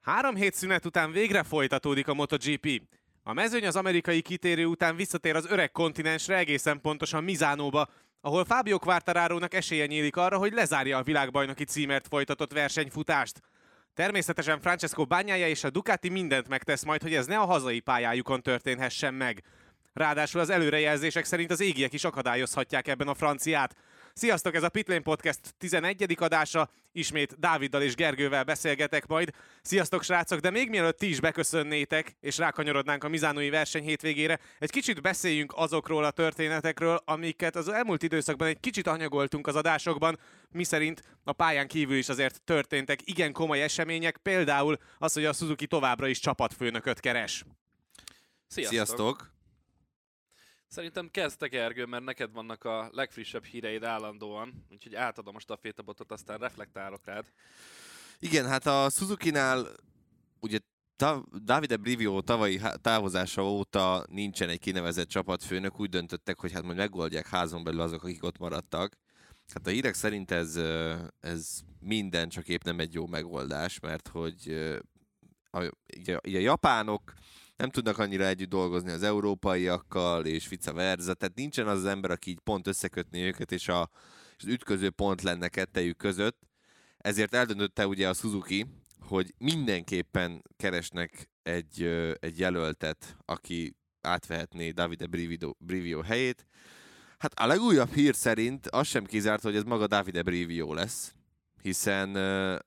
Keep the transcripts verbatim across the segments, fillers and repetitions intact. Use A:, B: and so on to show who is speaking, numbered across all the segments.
A: Három hét szünet után végre folytatódik a MotoGP. A mezőny az amerikai kitérő után visszatér az öreg kontinensre, egészen pontosan Misánóba, ahol Fabio Quartararónak esélye nyílik arra, hogy lezárja a világbajnoki címért folytatott versenyfutást. Természetesen Francesco Bagnaia és a Ducati mindent megtesz majd, hogy ez ne a hazai pályájukon történhessen meg. Ráadásul az előrejelzések szerint az égiek is akadályozhatják ebben a franciát. Sziasztok, ez a Pitlane Podcast tizenegyedik adása, ismét Dáviddal és Gergővel beszélgetek majd. Sziasztok srácok, de még mielőtt ti is beköszönnétek, és rákanyarodnánk a misánói verseny hétvégére, egy kicsit beszéljünk azokról a történetekről, amiket az elmúlt időszakban egy kicsit anyagoltunk az adásokban, miszerint a pályán kívül is azért történtek igen komoly események, például az, hogy a Suzuki továbbra is csapatfőnököt keres.
B: Sziasztok!
C: Sziasztok.
B: Szerintem kezdtek, Gergő, mert neked vannak a legfrissebb híreid állandóan, úgyhogy átadom a stafétabotot, aztán reflektálok rád.
C: Igen, hát a Suzuki-nál ugye ta- Davide Brivio tavalyi távozása óta nincsen egy kinevezett csapatfőnök, úgy döntöttek, hogy hát majd megoldják házon belül azok, akik ott maradtak. Hát a hírek szerint ez, ez minden, csak épp nem egy jó megoldás, mert hogy a, ugye, ugye a japánok nem tudnak annyira együtt dolgozni az európaiakkal, és vice versa, tehát nincsen az az ember, aki így pont összekötné őket, és, a, és az ütköző pont lenne kettejük között. Ezért eldöntötte ugye a Suzuki, hogy mindenképpen keresnek egy, egy jelöltet, aki átvehetné Davide Brivio, Brivio helyét. Hát a legújabb hír szerint az sem kizárt, hogy ez maga Davide Brivio lesz, hiszen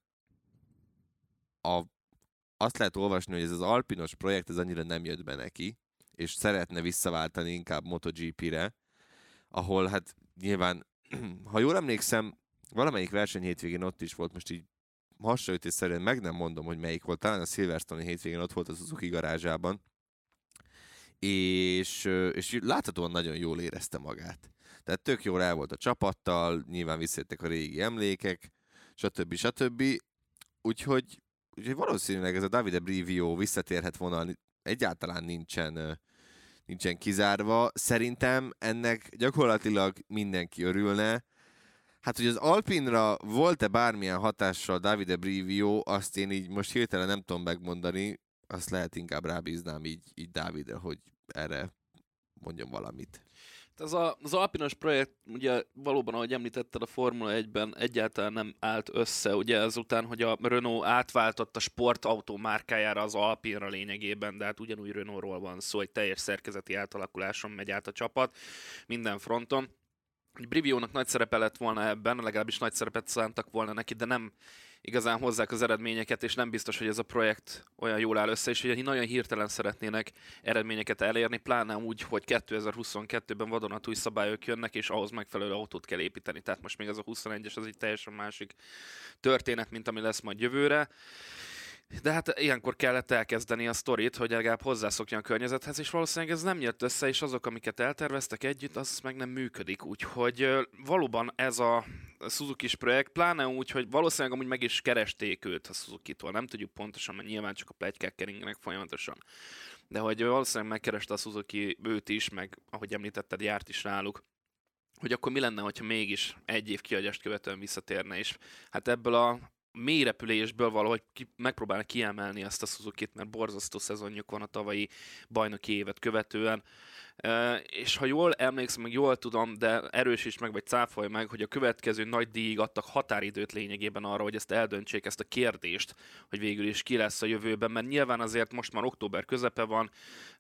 C: a azt lehet olvasni, hogy ez az alpinos projekt ez annyira nem jött be neki, és szeretne visszaváltani inkább MotoGP-re, ahol hát nyilván, ha jól emlékszem, valamelyik verseny hétvégén ott is volt, most így hasonlítésszerűen meg nem mondom, hogy melyik volt, talán a Silverstone hétvégén ott volt a Suzuki garázsában, és, és láthatóan nagyon jól érezte magát. Tehát tök jól el volt a csapattal, nyilván visszajöttek a régi emlékek, stb. stb. Úgyhogy Úgyhogy valószínűleg ez a Davide Brivio visszatérhet volna, egyáltalán nincsen, nincsen kizárva. Szerintem ennek gyakorlatilag mindenki örülne. Hát, hogy az Alpinra volt-e bármilyen hatással Davide Brivio, azt én így most hirtelen nem tudom megmondani, azt lehet inkább rábíznám így, így Dávidre, hogy erre mondjon valamit.
B: Ez a, az alpinos projekt, ugye valóban, ahogy említetted, a Formula egyben egyáltalán nem állt össze, ugye ezután, hogy a Renault átváltott a sportautó márkájára az Alpinra lényegében, de hát ugyanúgy Renaultról van szó, egy teljes szerkezeti átalakuláson megy át a csapat minden fronton. Brivio-nak nagy szerepe lett volna ebben, legalábbis nagy szerepet szántak volna neki, de nem igazán hozzák az eredményeket, és nem biztos, hogy ez a projekt olyan jól áll össze, és hogy nagyon hirtelen szeretnének eredményeket elérni, pláne úgy, hogy kétezer-huszonkettőben vadonatúj szabályok jönnek, és ahhoz megfelelő autót kell építeni. Tehát most még ez a huszonegyes, az egy teljesen másik történet, mint ami lesz majd jövőre. De hát ilyenkor kellett elkezdeni a sztorit, hogy legalább hozzászokjon a környezethez, és valószínűleg ez nem jött össze, és azok, amiket elterveztek együtt, az meg nem működik. Úgyhogy valóban ez a Suzuki-s projekt, pláne úgy, hogy valószínűleg amúgy meg is keresték őt a Suzuki-tól. Nem tudjuk pontosan, mert nyilván csak a pletykák keringenek folyamatosan. De hogy valószínűleg megkereste a Suzuki őt is, meg ahogy említetted, járt is náluk, hogy akkor mi lenne, hogyha mégis egy év kiagyást követően visszatérne, és hát ebből a mély repülésből valahogy ki, megpróbálnak kiemelni ezt a Suzukit, mert borzasztó szezonjuk van a tavalyi bajnoki évet követően. E, és ha jól emlékszem, meg jól tudom, de erősíts meg, vagy cáfolj meg, hogy a következő nagy díjig adtak határidőt lényegében arra, hogy ezt eldöntsék, ezt a kérdést, hogy végül is ki lesz a jövőben, mert nyilván azért most már október közepe van,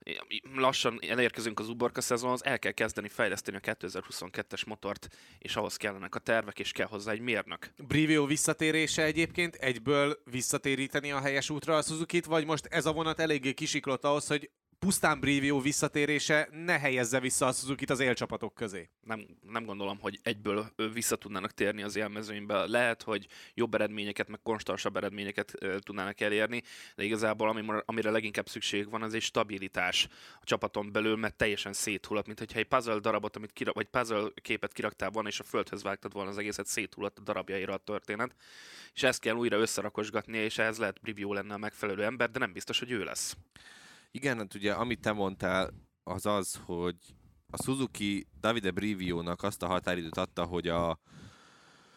B: lassan elérkezünk az uborka szezonhoz, el kell kezdeni fejleszteni a kétezer-huszonkettes motort, és ahhoz kellenek a tervek, és kell hozzá egy mérnök.
A: Brivio visszatérése egyébként egyből visszatéríteni a helyes útra a Suzukit, vagy most ez a vonat eléggé kisiklott ahhoz, hogy pusztán Brivio visszatérése ne helyezze vissza a Suzukit az élcsapatok közé?
B: Nem, nem gondolom, hogy egyből vissza tudnának térni az élmezőnybe. Lehet, hogy jobb eredményeket, meg konstansabb eredményeket e, tudnának elérni, de igazából ami, amire leginkább szükség van, az egy stabilitás a csapaton belül, mert teljesen széthullott, mint hogyha egy puzzle darabot, amit kira, vagy puzzle képet kiraktál volna, és a földhöz vágtad volna az egészet, széthullott a darabjaira a történet. És ezt kell újra összerakosgatni, és ehhez lehet Brivio lenne a megfelelő ember, de nem biztos, hogy ő lesz.
C: Igen, hát ugye amit te mondtál, az az, hogy a Suzuki Davide Brivio-nak azt a határidőt adta, hogy a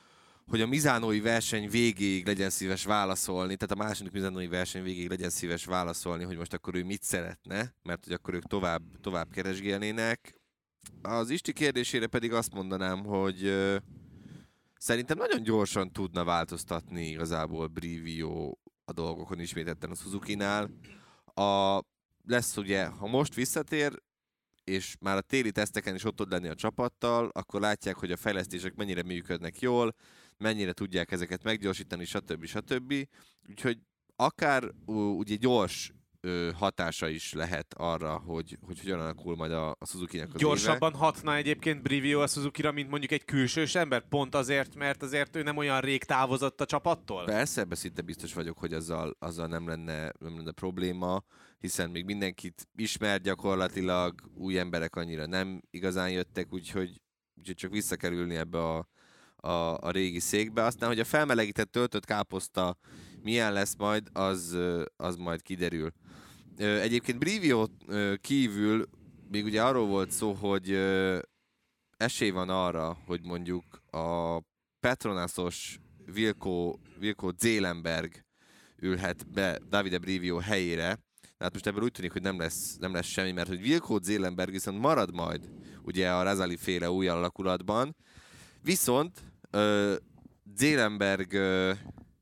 C: hogy a Misánói verseny végéig legyen szíves válaszolni, tehát a második Misánói verseny végéig legyen szíves válaszolni, hogy most akkor ő mit szeretne, mert hogy akkor ők tovább, tovább keresgélnének. Az Isti kérdésére pedig azt mondanám, hogy ö, szerintem nagyon gyorsan tudna változtatni igazából Brivio a dolgokon ismételten a Suzuki-nál. A, lesz ugye, ha most visszatér, és már a téli teszteken is ott tud lenni a csapattal, akkor látják, hogy a fejlesztések mennyire működnek jól, mennyire tudják ezeket meggyorsítani, stb. stb. Úgyhogy akár ugye gyors ö, hatása is lehet arra, hogy, hogy hogyan alakul majd a, a Suzuki-nek az
A: Gyorsabban
C: éve.
A: hatna egyébként Brivio a Suzuki-ra, mint mondjuk egy külsős ember? Pont azért, mert azért ő nem olyan rég távozott a csapattól?
C: Persze, ebben szinte biztos vagyok, hogy azzal, azzal nem, lenne, nem lenne probléma, hiszen még mindenkit ismer gyakorlatilag, új emberek annyira nem igazán jöttek, úgyhogy, úgyhogy csak visszakerülni ebbe a, a, a régi székbe. Aztán, hogy a felmelegített töltött káposzta milyen lesz majd, az, az majd kiderül. Egyébként Brivio kívül még ugye arról volt szó, hogy esély van arra, hogy mondjuk a Petronasos Wilco, Wilco Zeelenberg ülhet be Davide Brivio helyére. Tehát most ebből úgy tűnik, hogy nem lesz, nem lesz semmi, mert hogy Wilco Zeelenberg viszont marad majd ugye a Razali féle új alakulatban. Viszont uh, Zeelenberg, uh,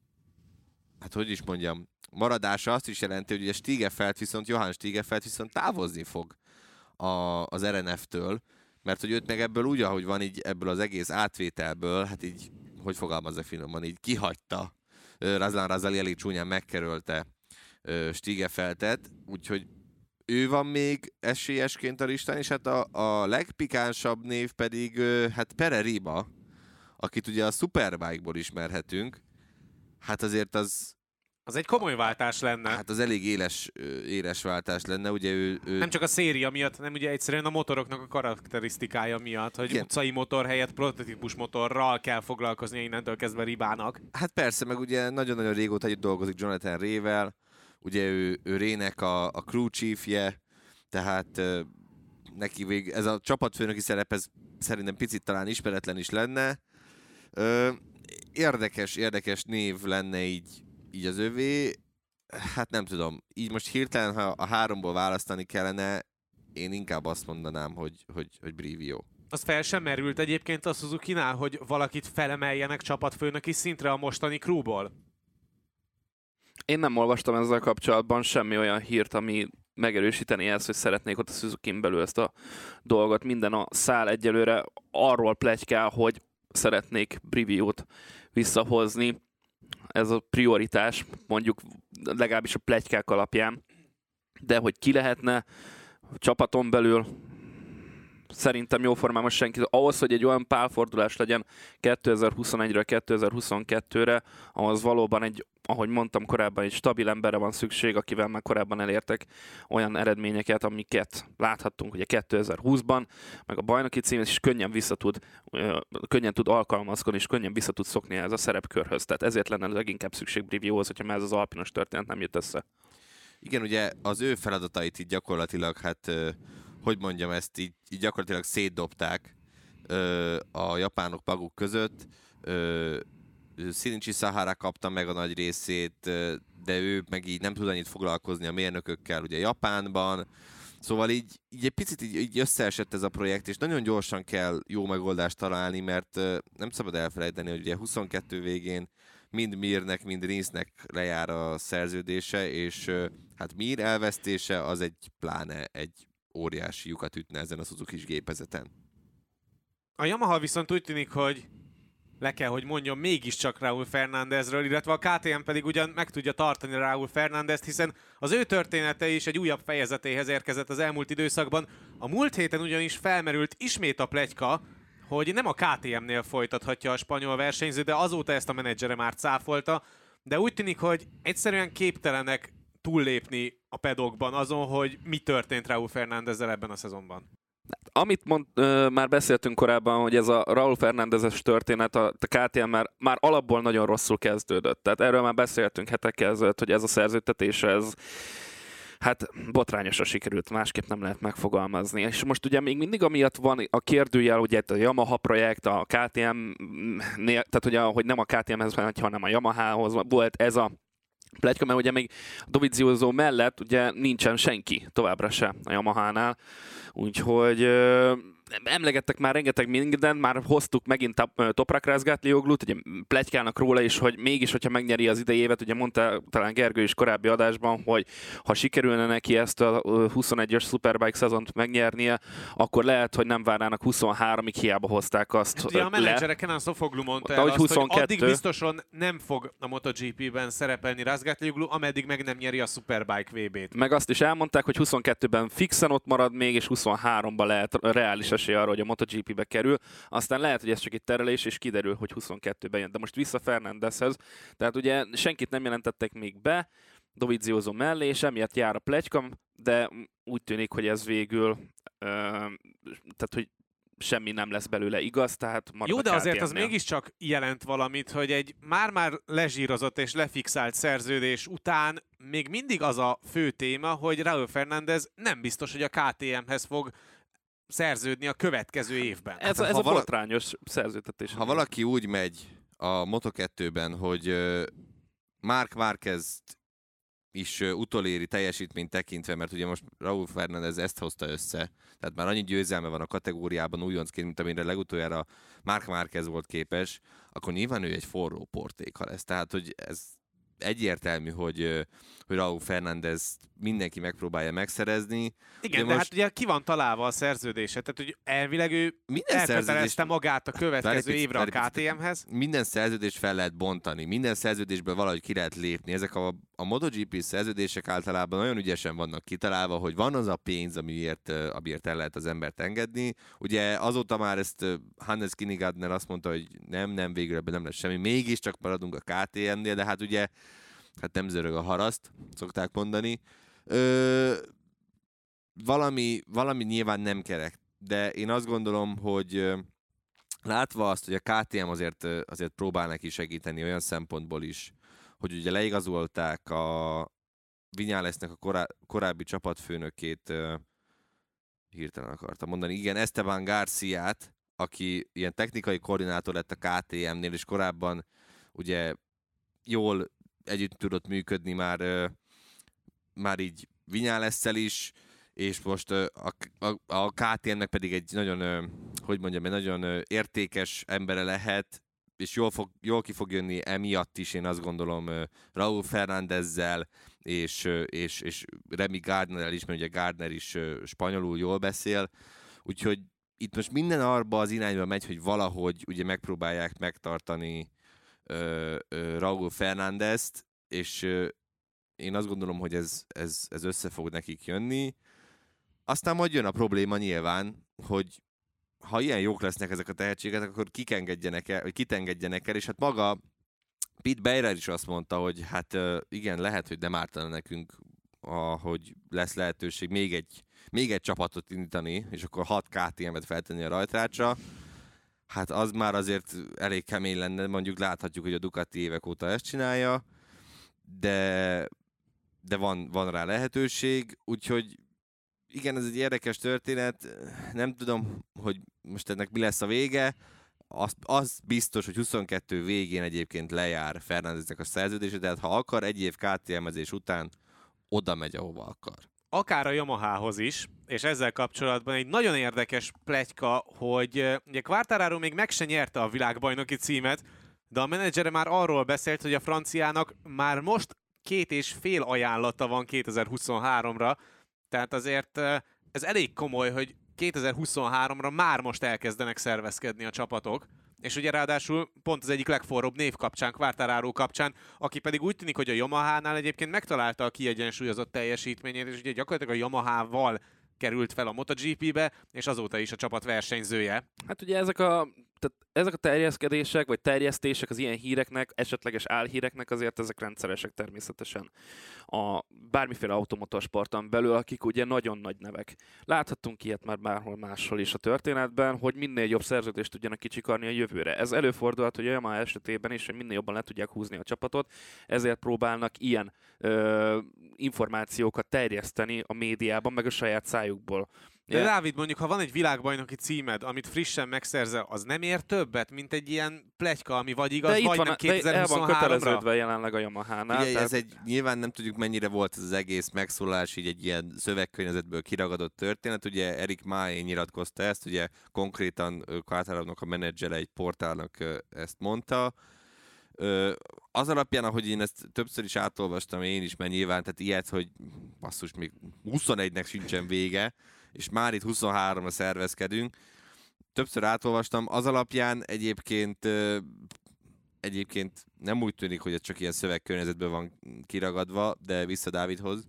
C: hát hogy is mondjam, maradása azt is jelenti, hogy ugye Stigefeld viszont, Johann Stigefeld viszont távozni fog a, az er en ef-től, mert hogy őt meg ebből úgy, ahogy van, így ebből az egész átvételből, hát így, hogy fogalmazza finoman, így kihagyta. Razlan Razali elég csúnyán megkerülte Stigefeldet, úgyhogy ő van még esélyesként a listán, és hát a, a legpikánsabb név pedig hát Pere Riba, akit ugye a Superbike-ból ismerhetünk. Hát azért az...
A: Az egy komoly váltás lenne.
C: Hát az elég éles, éles váltás lenne, ugye ő, ő...
A: Nem csak a széria miatt, nem ugye egyszerűen a motoroknak a karakterisztikája miatt, hogy
C: Igen.
A: Utcai motor helyett prototípus motorral kell foglalkozni innentől kezdve Ribának.
C: Hát persze, meg ugye nagyon-nagyon régóta együtt dolgozik Jonathan Ray-vel, ugye ő, ő Ray-nek a, a crew chiefje, tehát uh, neki vég, ez a csapatfőnöki szerep, ez szerintem picit talán ismeretlen is lenne. Uh, érdekes, érdekes név lenne így, így az övé. Hát nem tudom, így most hirtelen, ha a háromból választani kellene, én inkább azt mondanám, hogy, hogy, hogy Brivio.
A: Az fel sem merült egyébként a Suzuki-nál, hogy valakit felemeljenek csapatfőnöki szintre a mostani crewból?
B: Én nem olvastam ezzel kapcsolatban semmi olyan hírt, ami megerősíteni ezt, hogy szeretnék ott a Suzuki-n belül ezt a dolgot. Minden a szál egyelőre arról pletykál, hogy szeretnék Briviót visszahozni. Ez a prioritás, mondjuk legalábbis a pletykák alapján. De hogy ki lehetne a csapaton belül, szerintem jóformában senki. Ahhoz, hogy egy olyan pálfordulás legyen kétezer-huszonegyről kétezer-huszonkettőre, ahhoz valóban egy, ahogy mondtam korábban, egy stabil emberre van szükség, akivel már korábban elértek olyan eredményeket, amiket láthattunk ugye kétezer-húszban, meg a bajnoki címet is könnyen visszatud, könnyen tud alkalmazkodni, és könnyen vissza tud szokni ez a szerepkörhöz. Tehát ezért lenne leginkább szükség Brivióhoz, hogyha már ez az alpinos történet nem jött össze.
C: Igen, ugye az ő feladatait így gyakorlatilag, hát hogy mondjam ezt, így, így gyakorlatilag szétdobták ö, a japánok maguk között. Shinichi Sahara kapta meg a nagy részét, ö, de ő meg így nem tud annyit foglalkozni a mérnökökkel ugye Japánban. Szóval így, így egy picit így, így összeesett ez a projekt, és nagyon gyorsan kell jó megoldást találni, mert ö, nem szabad elfelejteni, hogy ugye huszonkettő végén mind Mirnek, mind Rinsnek lejár a szerződése, és ö, hát Mir elvesztése az egy pláne egy óriási lyukat ütne ezen a Suzuki-s gépezeten.
A: A Yamaha viszont úgy tűnik, hogy le kell, hogy mondjam, mégiscsak Raúl Fernándezről, illetve a ká té em pedig ugyan meg tudja tartani Raúl Fernándezt, hiszen az ő története is egy újabb fejezetéhez érkezett az elmúlt időszakban. A múlt héten ugyanis felmerült ismét a pletyka, hogy nem a ká té em-nél folytathatja a spanyol versenyző, de azóta ezt a menedzsere már cáfolta, de úgy tűnik, hogy egyszerűen képtelenek túllépni a pedokban azon, hogy mi történt Raúl Fernándezzel ebben a szezonban.
B: Amit mond, ö, már beszéltünk korábban, hogy ez a Raúl Fernándezes történet, a, a ká té em már, már alapból nagyon rosszul kezdődött. Tehát erről már beszéltünk hetekkel ezelőtt, hogy ez a szerződtetése, ez Hát botrányosra sikerült, másképp nem lehet megfogalmazni. És most ugye még mindig amiatt van a kérdőjel, ugye a Yamaha projekt, a ká té em-nél, tehát ugye, hogy nem a ká té emhez, hanem a Yamahához volt ez a pletyka, mert ugye még Dovizioso mellett ugye nincsen senki továbbra se a Yamahánál, úgyhogy ö, emlegettek már rengeteg mindent, már hoztuk megint a Toprak Razgatlioglut, ugye pletykálnak róla is, hogy mégis, hogyha megnyeri az idei évet, ugye mondta talán Gergő is korábbi adásban, hogy ha sikerülne neki ezt a huszonegyes Superbike szezont megnyernie, akkor lehet, hogy nem várnának huszonháromig, hiába hozták azt
A: ugye a menedzsere Kenan Sofoglu mondta el azt, huszonkettő hogy addig biztosan nem fog a MotoGP-ben szerepelni Razgatlioglu, ameddig meg nem nyeri a Superbike vé bét.
B: Meg azt is elmondták, hogy huszonkettőben fixen ott marad még, és huszonháromban lehet reális esély arra, hogy a MotoGP-be kerül. Aztán lehet, hogy ez csak egy terelés, és kiderül, hogy huszonkettőben jön. De most vissza Fernandezhez. Tehát ugye senkit nem jelentettek még be Dovizioso mellé, és emiatt jár a pletyka, de úgy tűnik, hogy ez végül, ö, tehát hogy semmi nem lesz belőle igaz, tehát marad.
A: Jó, de azért az
B: ká té em-nél.
A: mégiscsak jelent valamit, hogy egy már-már lezsírozott és lefixált szerződés után még mindig az a fő téma, hogy Raúl Fernández nem biztos, hogy a ká té emhez fog szerződni a következő évben.
B: Ez,
C: Hát,
B: ez
C: ha
B: a
C: vala-
B: botrányos szerződtetés.
C: Ha valaki úgy megy a Moto kettőben, hogy uh, Marc Márquez is uh, utoléri teljesítményt tekintve, mert ugye most Raúl Fernández ezt hozta össze, tehát már annyi győzelme van a kategóriában újoncként, mint amire legutoljára Marc Márquez volt képes, akkor nyilván ő egy forró portéka lesz. Tehát, hogy ez egyértelmű, hogy, hogy Raúl Fernández mindenki megpróbálja megszerezni.
A: Igen, de,
C: de most...
A: hát ugye ki van találva a szerződése, tehát hogy elvileg ő
C: Minden
A: elkötelezte
C: szerződés...
A: magát a következő
C: Várj,
A: évre a
C: várj,
A: ká té emhez.
C: Minden szerződést fel lehet bontani, minden szerződésből valahogy ki lehet lépni. Ezek a, a MotoGP szerződések általában nagyon ügyesen vannak kitalálva, hogy van az a pénz, amiért, amiért el lehet az embert engedni. Ugye azóta már ezt Hannes Kinigardner azt mondta, hogy nem, nem, végül ebben nem lesz semmi. Mégiscsak maradunk a ká té emnél, de hát ugye hát nem zörög a haraszt, szokták mondani. Ö, valami, valami nyilván nem kerek, de én azt gondolom, hogy látva azt, hogy a ká té em azért, azért próbál neki segíteni olyan szempontból is, hogy ugye leigazolták a Viñalesnek a korá- korábbi csapatfőnökét, hirtelen akartam mondani, igen, Esteban Garciát, aki ilyen technikai koordinátor lett a ká té emnél, és korábban ugye jól együtt tudott működni már, már így Viñalessel is, és most a, a, a ká té emnek pedig egy nagyon, hogy mondjam, egy nagyon értékes embere lehet, és jól, fog, jól ki fog jönni emiatt is, én azt gondolom, Raúl Fernándezzel, és, és, és Remy Gardnerrel is, mert ugye Gardner is spanyolul jól beszél, úgyhogy itt most minden arba az irányba megy, hogy valahogy ugye megpróbálják megtartani uh, uh, Raúl Fernándezt, és uh, én azt gondolom, hogy ez, ez, ez össze fog nekik jönni. Aztán majd jön a probléma nyilván, hogy ha ilyen jók lesznek ezek a tehetségek, akkor kik engedjenek el, vagy kit engedjenek el, és hát maga Pete Beirer is azt mondta, hogy hát igen, lehet, hogy nem ártana nekünk, hogy lesz lehetőség még egy, még egy csapatot indítani, és akkor hat ká té emet feltenni a rajtrácsra. Hát az már azért elég kemény lenne, mondjuk láthatjuk, hogy a Ducati évek óta ezt csinálja, de, de van, van rá lehetőség, úgyhogy igen, ez egy érdekes történet, nem tudom, hogy most ennek mi lesz a vége. Az, az biztos, hogy huszonkettő végén egyébként lejár Fernándeznek a szerződése, de hát ha akar, egy év ká té emezés után oda megy, ahova akar.
A: Akár a Yamahához is, és ezzel kapcsolatban egy nagyon érdekes pletyka, hogy ugye Quartararo még meg se nyerte a világbajnoki címet, de a menedzsere már arról beszélt, hogy a franciának már most két és fél ajánlata van kétezer-huszonháromra, tehát azért ez elég komoly, hogy kétezer-huszonháromra már most elkezdenek szervezkedni a csapatok, és ugye ráadásul pont az egyik legforróbb név kapcsán, Quartararo kapcsán, aki pedig úgy tűnik, hogy a Yamahánál egyébként megtalálta a kiegyensúlyozott teljesítményét, és ugye gyakorlatilag a Yamahával került fel a MotoGP-be, és azóta is a csapat versenyzője.
B: Hát ugye ezek a tehát ezek a terjeszkedések, vagy terjesztések az ilyen híreknek, esetleges álhíreknek azért ezek rendszeresek természetesen a bármiféle automotorsporton belül, akik ugye nagyon nagy nevek. Láthattunk ilyet már bárhol máshol is a történetben, hogy minél jobb szerződést tudjanak kicsikarni a jövőre. Ez előfordulhat, hogy a Yamaha esetében is, hogy minél jobban le tudják húzni a csapatot, ezért próbálnak ilyen ö, információkat terjeszteni a médiában, meg a saját szájukból.
A: De yeah. Dávid, mondjuk, ha van egy világbajnoki címed, amit frissen megszerzel, az nem ér többet, mint egy ilyen pletyka, ami vagy igaz,
B: de
A: vagy
B: van,
A: nem kétezer-huszonháromra?
B: De el van köteleződve jelenleg a Yamaha-nál.
C: Ugye,
B: tehát...
C: ez egy, nyilván nem tudjuk, mennyire volt ez az egész megszólás, így egy ilyen szövegkörnyezetből kiragadott történet. Ugye Erik Máé nyilatkozta ezt, ugye konkrétan Quartararónak a menedzsere egy portálnak ezt mondta. Az alapján, ahogy én ezt többször is átolvastam, én is, mert nyilván, tehát ilyet, hogy basszus, még huszonegynek sincsen vége, és már itt huszonháromra szervezkedünk. Többször átolvastam, az alapján egyébként egyébként nem úgy tűnik, hogy ez csak ilyen szövegkörnyezetből van kiragadva, de vissza Dávidhoz.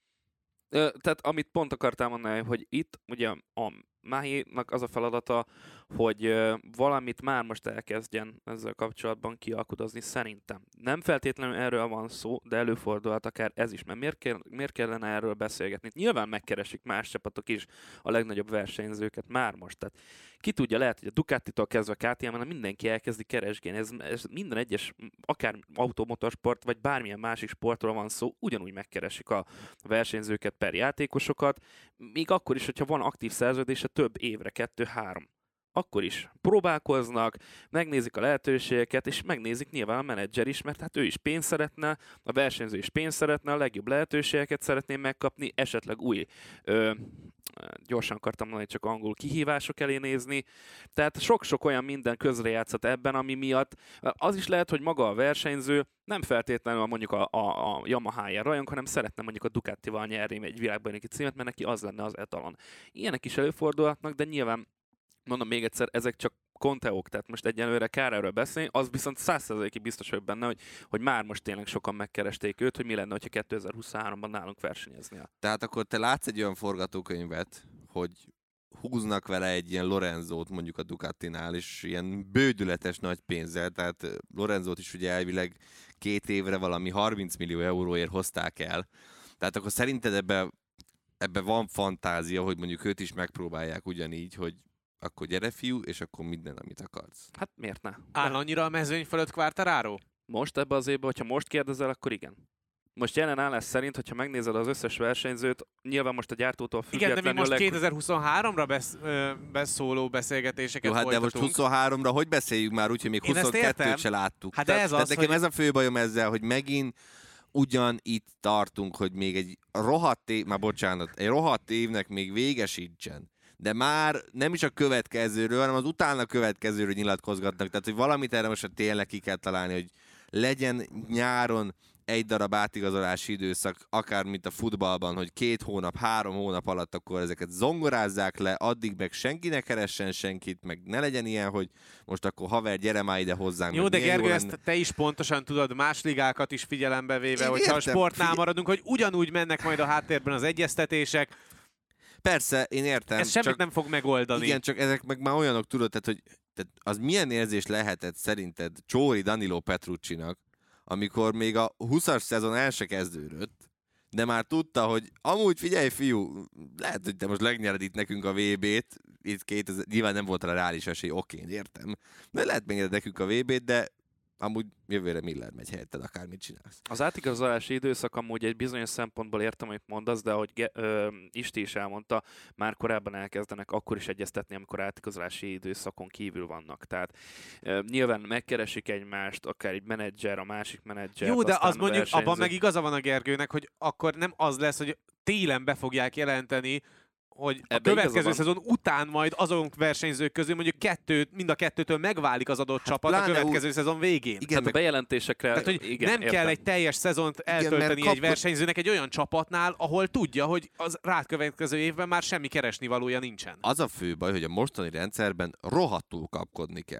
B: Tehát amit pont akartam mondani, hogy itt ugye a Máhénak az a feladata, hogy valamit már most elkezdjen ezzel kapcsolatban kialkudozni szerintem. Nem feltétlenül erről van szó, de előfordulhat akár ez is, mert miért, kell, miért kellene erről beszélgetni? Nyilván megkeresik más csapatok is a legnagyobb versenyzőket már most. Tehát ki tudja, lehet, hogy a Ducatitól kezdve a ká té em-en mindenki elkezdi keresgélni. Ez, ez minden egyes, akár automotorsport, vagy bármilyen másik sportról van szó, ugyanúgy megkeresik a versenyzőket per játékosokat, még akkor is, hogyha van aktív szerződése több évre, kettő-három. Akkor is próbálkoznak, megnézik a lehetőségeket, és megnézik nyilván a menedzser is, mert hát ő is pénzt szeretne, a versenyző is pénzt szeretne, a legjobb lehetőségeket szeretné megkapni, esetleg új, ö, gyorsan akartam mondani, csak angol kihívások elé nézni. Tehát sok-sok olyan minden közrejátszat ebben, ami miatt az is lehet, hogy maga a versenyző nem feltétlenül mondjuk a, a, a Yamaha-ján rajong, hanem szeretne mondjuk a Ducatival nyerni egy világbajnoki címet, mert neki az lenne az etalon. Ilyenek is előfordulhatnak, de nyilván mondom még egyszer, ezek csak konteók, tehát most egyelőre kár erről beszélni, az viszont száz százalékig biztos vagyok benne, hogy, hogy már most tényleg sokan megkeresték őt, hogy mi lenne, hogyha kétezer-huszonháromban nálunk versenyeznie.
C: Tehát akkor te látsz egy olyan forgatókönyvet, hogy húznak vele egy ilyen Lorenzót mondjuk a Ducatinál, és ilyen bődületes nagy pénzzel, tehát Lorenzót is ugye elvileg két évre valami harminc millió euróért hozták el. Tehát akkor szerinted ebbe, ebbe van fantázia, hogy mondjuk őt is megpróbálják ugyanígy, hogy akkor gyere fiú, és akkor minden, amit akarsz.
B: Hát miért ne?
A: Áll annyira a mezőny fölött Quartararo?
B: Most ebbe az évben, hogyha most kérdezel, akkor igen. Most jelen állás szerint, hogyha megnézed az összes versenyzőt, nyilván most a gyártótól függetlenül...
A: Igen, de mi most kétezer-huszonháromra besz, ö, beszóló beszélgetéseket
C: Jó, hát
A: folytatunk.
C: de most huszonháromra hogy beszéljük már úgy, hogy még huszonkettőt se láttuk.
A: Hát de ez
C: tehát,
A: az,
C: nekem
A: hogy...
C: ez a fő bajom ezzel, hogy megint ugyan itt tartunk, hogy még egy rohadt év, már bocsánat, egy rohadt évnek még vége sincsen. De már nem is a következőről, hanem az utána következőről nyilatkozgatnak. Tehát, hogy valamit erre most tényleg ki kell találni, hogy legyen nyáron egy darab átigazolási időszak, akár mint a futballban, hogy két hónap, három hónap alatt akkor ezeket zongorázzák le, addig meg senki ne keressen senkit, meg ne legyen ilyen, hogy most akkor haver, gyere már ide hozzánk.
A: Jó, de Gergő, ezt te is pontosan tudod, más ligákat is figyelembe véve,
C: Én
A: hogyha
C: értem,
A: a sportnál
C: figy-
A: maradunk, hogy ugyanúgy mennek majd a háttérben az egyeztetések.
C: Persze, én értem.
A: Ez semmit
C: csak,
A: nem fog megoldani.
C: Igen, csak ezek meg már olyanok, tudod, tehát, hogy tehát az milyen érzés lehetett szerinted Csóri Danilo Petruccinak, amikor még a huszas szezon el se kezdődött, de már tudta, hogy amúgy figyelj fiú, lehet, hogy te most legnyered itt nekünk a vé bét, itt kétezer, nyilván nem volt rá reális esély, oké, értem, de lehet megnyered nekünk a vé bét, de amúgy jövőre Miller megy helyetted, akármit csinálsz.
B: Az átigazolási időszak amúgy egy bizonyos szempontból értem, amit mondasz, de ahogy Ge- ö, Isti is elmondta, már korábban elkezdenek akkor is egyeztetni, amikor átigazolási időszakon kívül vannak. Tehát ö, nyilván megkeresik egymást, akár egy menedzser, a másik menedzser.
A: Jó, de az mondjuk
B: versenyző.
A: abban meg igaza van a Gergőnek, hogy akkor nem az lesz, hogy télen be fogják jelenteni, hogy a
B: Ebbe
A: következő szezon után majd azon versenyzők közül mondjuk kettőt, mind a kettőtől megválik az adott hát csapat a következő úgy... szezon végén.
B: Igen, tehát meg... a bejelentésekre...
A: Tehát, hogy
B: igen,
A: nem
B: értem.
A: kell egy teljes szezont eltölteni igen, egy kap... versenyzőnek egy olyan csapatnál, ahol tudja, hogy az rákövetkező évben már semmi keresnivalója nincsen.
C: Az a fő baj, hogy a mostani rendszerben rohadtul kapkodni kell.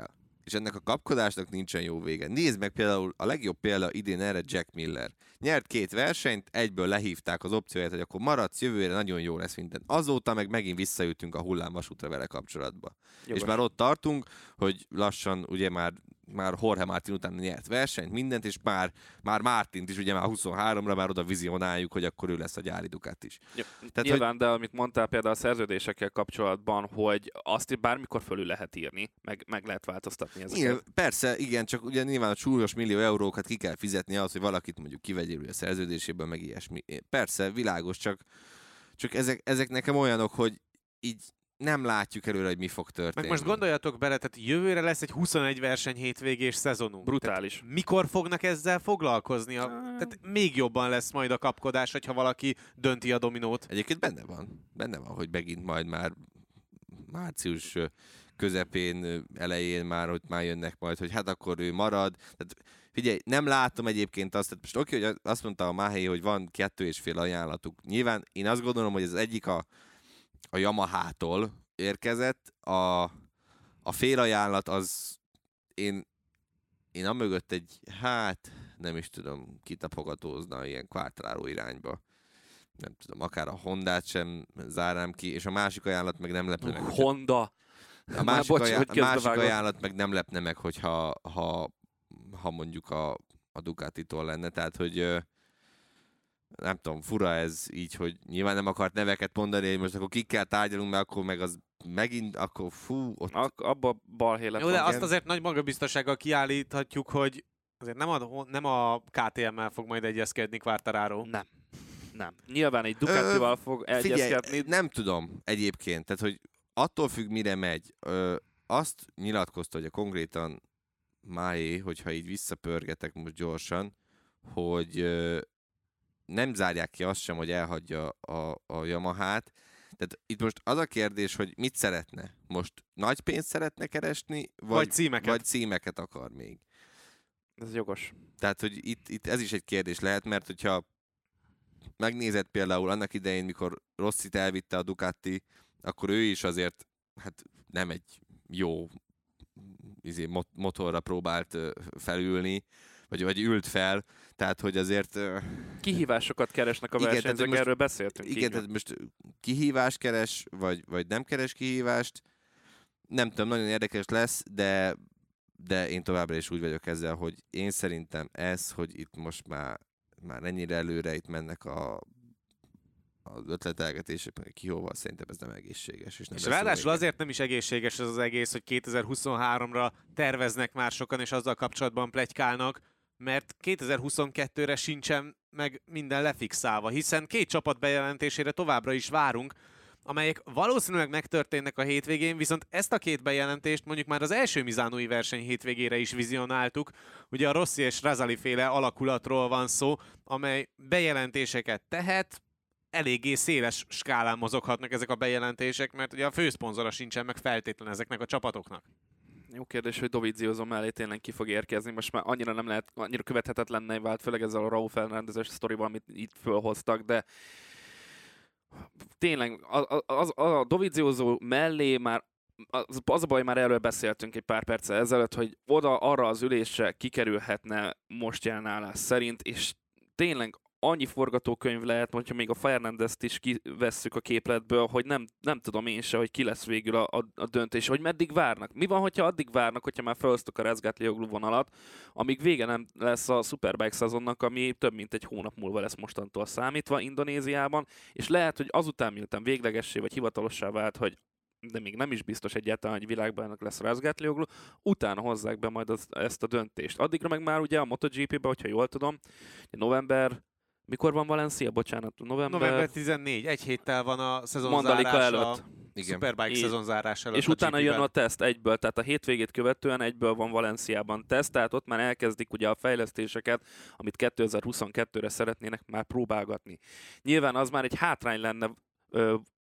C: és ennek a kapkodásnak nincsen jó vége. Nézd meg például, a legjobb példa idén erre Jack Miller. Nyert két versenyt, egyből lehívták az opcióját, hogy akkor maradsz, jövőre nagyon jó lesz minden. Azóta meg megint visszajutunk a hullámvasútra vele kapcsolatba. Jogos. És már ott tartunk, hogy lassan ugye már már Jorge Martin után nyert versenyt, mindent, és már, már Martint is ugye már huszonháromra már oda vizionáljuk, hogy akkor ő lesz a gyári Ducati is.
D: Ja,
C: Tehát,
D: nyilván,
C: hogy...
D: de amit mondtál például a szerződésekkel kapcsolatban, hogy azt bármikor fölül lehet írni, meg, meg lehet változtatni ezeket.
C: Igen, persze, igen, csak ugye nyilván a súlyos millió eurókat ki kell fizetni az, hogy valakit mondjuk kivegyél a szerződéséből, meg ilyesmi. Persze, világos, csak, csak ezek, ezek nekem olyanok, hogy így nem látjuk előre, hogy mi fog történni.
A: Meg most gondoljatok bele, tehát jövőre lesz egy huszonegy verseny hétvégés szezonunk.
D: Brutális.
A: Tehát mikor fognak ezzel foglalkozni? A, tehát még jobban lesz majd a kapkodás, hogyha valaki dönti a dominót.
C: Egyébként benne van. Benne van, hogy megint majd már március közepén, elején már, hogy már jönnek majd, hogy hát akkor ő marad. Tehát figyelj, nem látom egyébként azt, tehát most oké, hogy azt mondta a Máhé, hogy van kettő és fél ajánlatuk. Nyilván én azt gondolom, hogy az egyik a a Yamaha-tól érkezett, a, a félajánlat az én, én amögött egy, hát nem is tudom, kitapogatózna ilyen Quartararo irányba. Nem tudom, akár a Hondát sem zárnám ki, és a másik ajánlat meg nem lepne meg.
D: Honda!
C: A másik, bocs, ajánlat, a másik ajánlat meg nem lepne meg, hogyha ha, ha mondjuk a, a Ducatitól lenne, tehát hogy nem tudom, fura ez így, hogy nyilván nem akart neveket mondani, hogy most akkor kikkel tárgyalunk, mert akkor meg az megint, akkor fú, ott...
D: Ak- abba balhé lett.
A: Jó, de azt azért nagy magabiztossággal kiállíthatjuk, hogy azért nem a, nem a ká té em-mel fog majd egyezkedni Quartararo.
D: Nem. Nem. Nyilván egy Ducatival Ö, fog egyezkedni.
C: Figyelj, nem tudom egyébként, tehát hogy attól függ, mire megy. Ö, azt nyilatkozta, hogy a konkrétan Máé, hogyha így visszapörgetek most gyorsan, hogy ö, nem zárják ki azt sem, hogy elhagyja a, a Yamahát. Tehát itt most az a kérdés, hogy mit szeretne? Most nagy pénzt szeretne keresni, vagy,
A: vagy, címeket.
C: vagy címeket akar még?
D: Ez jogos.
C: Tehát, hogy itt, itt ez is egy kérdés lehet, mert hogyha megnézed például annak idején, mikor Rossit elvitte a Ducati, akkor ő is azért hát nem egy jó izé, mot- motorra próbált felülni, vagy, vagy ült fel, tehát hogy azért...
D: Kihívásokat keresnek a versenyzők, erről beszéltünk.
C: Igen, tehát most kihívást keres, vagy, vagy nem keres kihívást, nem tudom, nagyon érdekes lesz, de, de én továbbra is úgy vagyok ezzel, hogy én szerintem ez, hogy itt most már, már ennyire előre itt mennek a az ötletelgetések, meg kihóval, szerintem ez nem egészséges. És, nem
A: és ráadásul azért nem is egészséges ez az egész, hogy kétezer-huszonháromra terveznek már sokan, és azzal kapcsolatban pletykálnak, mert kétezer-huszonkettőre sincsen meg minden lefixálva, hiszen két csapat bejelentésére továbbra is várunk, amelyek valószínűleg megtörténnek a hétvégén, viszont ezt a két bejelentést mondjuk már az első Misánói verseny hétvégére is vizionáltuk. Ugye a Rossi és Razali féle alakulatról van szó, amely bejelentéseket tehet, eléggé széles skálán mozoghatnak ezek a bejelentések, mert ugye a főszponzora sincsen meg feltétlen ezeknek a csapatoknak.
D: Jó kérdés, hogy Dovizioso mellé tényleg ki fog érkezni. Most már annyira nem lehet, annyira követhetetlenné vált, főleg ezzel a Raúl Fernández-es sztorival, amit itt fölhoztak, de tényleg a, a, a, a Dovizioso mellé már az, az a baj, már erről beszéltünk egy pár perccel ezelőtt, hogy oda arra az ülésre kikerülhetne most jelen állás szerint, és tényleg annyi forgatókönyv lehet, hogyha még a Fernandezt is kivesszük a képletből, hogy nem, nem tudom én se, hogy ki lesz végül a, a, a döntés, hogy meddig várnak. Mi van, hogyha addig várnak, hogyha már felhoztuk a Razgatlioglu vonalat, amíg vége nem lesz a Superbike szezonnak, ami több mint egy hónap múlva lesz mostantól számítva Indonéziában, és lehet, hogy azután, miután véglegessé vagy hivatalossá vált, hogy de még nem is biztos egyáltalán, hogy világbajnok lesz Razgatlioglu, utána hozzák be majd az, ezt a döntést. Addigra meg már ugye a MotoGP-be, hogyha jól tudom, november Mikor van Valencia? Bocsánat, november...
A: november tizennégy, egy héttel van a
D: Mandalika előtt.
A: Superbike szezonzárás előtt.
D: És utána jön a teszt egyből, tehát a hétvégét követően egyből van Valenciában teszt, tehát ott már elkezdik ugye a fejlesztéseket, amit kétezer-huszonkettőre szeretnének már próbálgatni. Nyilván az már egy hátrány lenne ö,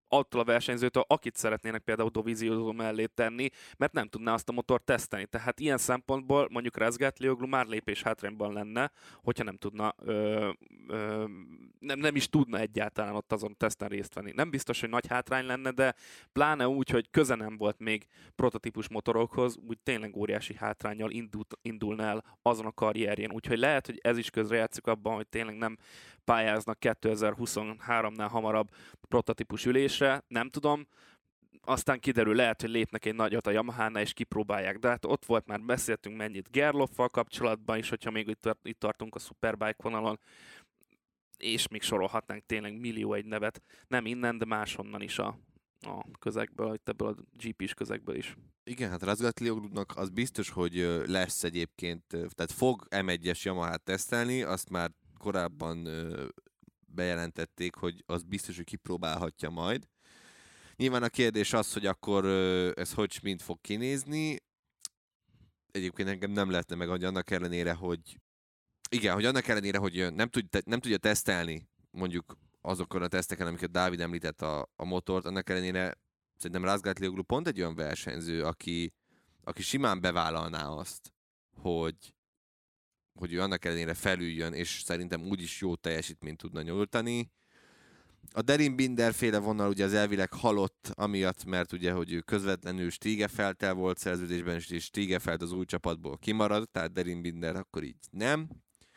D: attól a versenyzőtől, akit szeretnének például Dovizioso mellé tenni, mert nem tudná azt a motort tesztelni. Tehát ilyen szempontból mondjuk Razgatlioglu már lépés hátrányban lenne, hogyha nem tudna, ö, ö, nem, nem is tudna egyáltalán ott azon a teszten részt venni. Nem biztos, hogy nagy hátrány lenne, de pláne úgy, hogy köze nem volt még prototípus motorokhoz, úgy tényleg óriási hátránnyal indult, indulna el azon a karrierjén. Úgyhogy lehet, hogy ez is közrejátszik abban, hogy tényleg nem pályáznak kétezer-huszonháromnál hamarabb prototípus ülésre, nem tudom. Aztán kiderül, lehet, hogy lépnek egy nagyot a Yamahánál, és kipróbálják. De hát ott volt, már beszéltünk mennyit Gerloffal kapcsolatban is, hogyha még itt, itt tartunk a Superbike vonalon, és még sorolhatnánk tényleg millió egy nevet, nem innen, de máshonnan is a, a közegből, itt ebből a gé pés közegből is.
C: Igen, hát Razgatlioglunak az biztos, hogy lesz egyébként, tehát fog em egyes Yamahát tesztelni, azt már korábban bejelentették, hogy az biztos, hogy kipróbálhatja majd. Nyilván a kérdés az, hogy akkor ez hogy mind fog kinézni. Egyébként engem nem lehetne meg, hogy annak ellenére, hogy igen, hogy annak ellenére, hogy nem, tud, nem tudja tesztelni mondjuk azokon a teszteken, amiket Dávid említett a, a motort, annak ellenére szerintem Razgatlioglu pont egy olyan versenyző, aki, aki simán bevállalná azt, hogy hogy ő annak ellenére felüljön, és szerintem úgyis jó teljesítményt tudna nyújtani. A Derin Binder féle vonal ugye az elvileg halott, amiatt, mert ugye, hogy ő közvetlenül Stigefeldtel volt szerződésben, és Stigefeld az új csapatból kimaradt, tehát Derin Binder akkor így nem.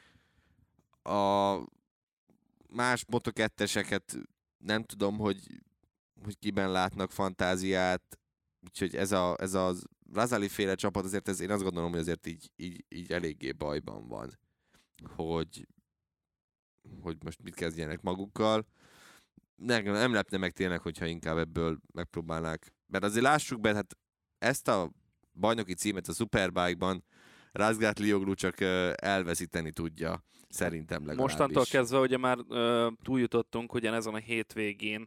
C: A más moto ketteseket nem tudom, hogy, hogy kiben látnak fantáziát, úgyhogy ez a, ez az Razali féle csapat azért, ez, én azt gondolom, hogy azért így, így, így eléggé bajban van, hogy, hogy most mit kezdjenek magukkal. Nem, nem lepne meg tényleg, hogyha inkább ebből megpróbálnák. Mert azért lássuk be, hát ezt a bajnoki címet a Superbike-ban Razgatlioglu csak elveszíteni tudja, szerintem legalábbis.
D: Mostantól kezdve ugye már ö, túljutottunk ugyan ezen a hétvégén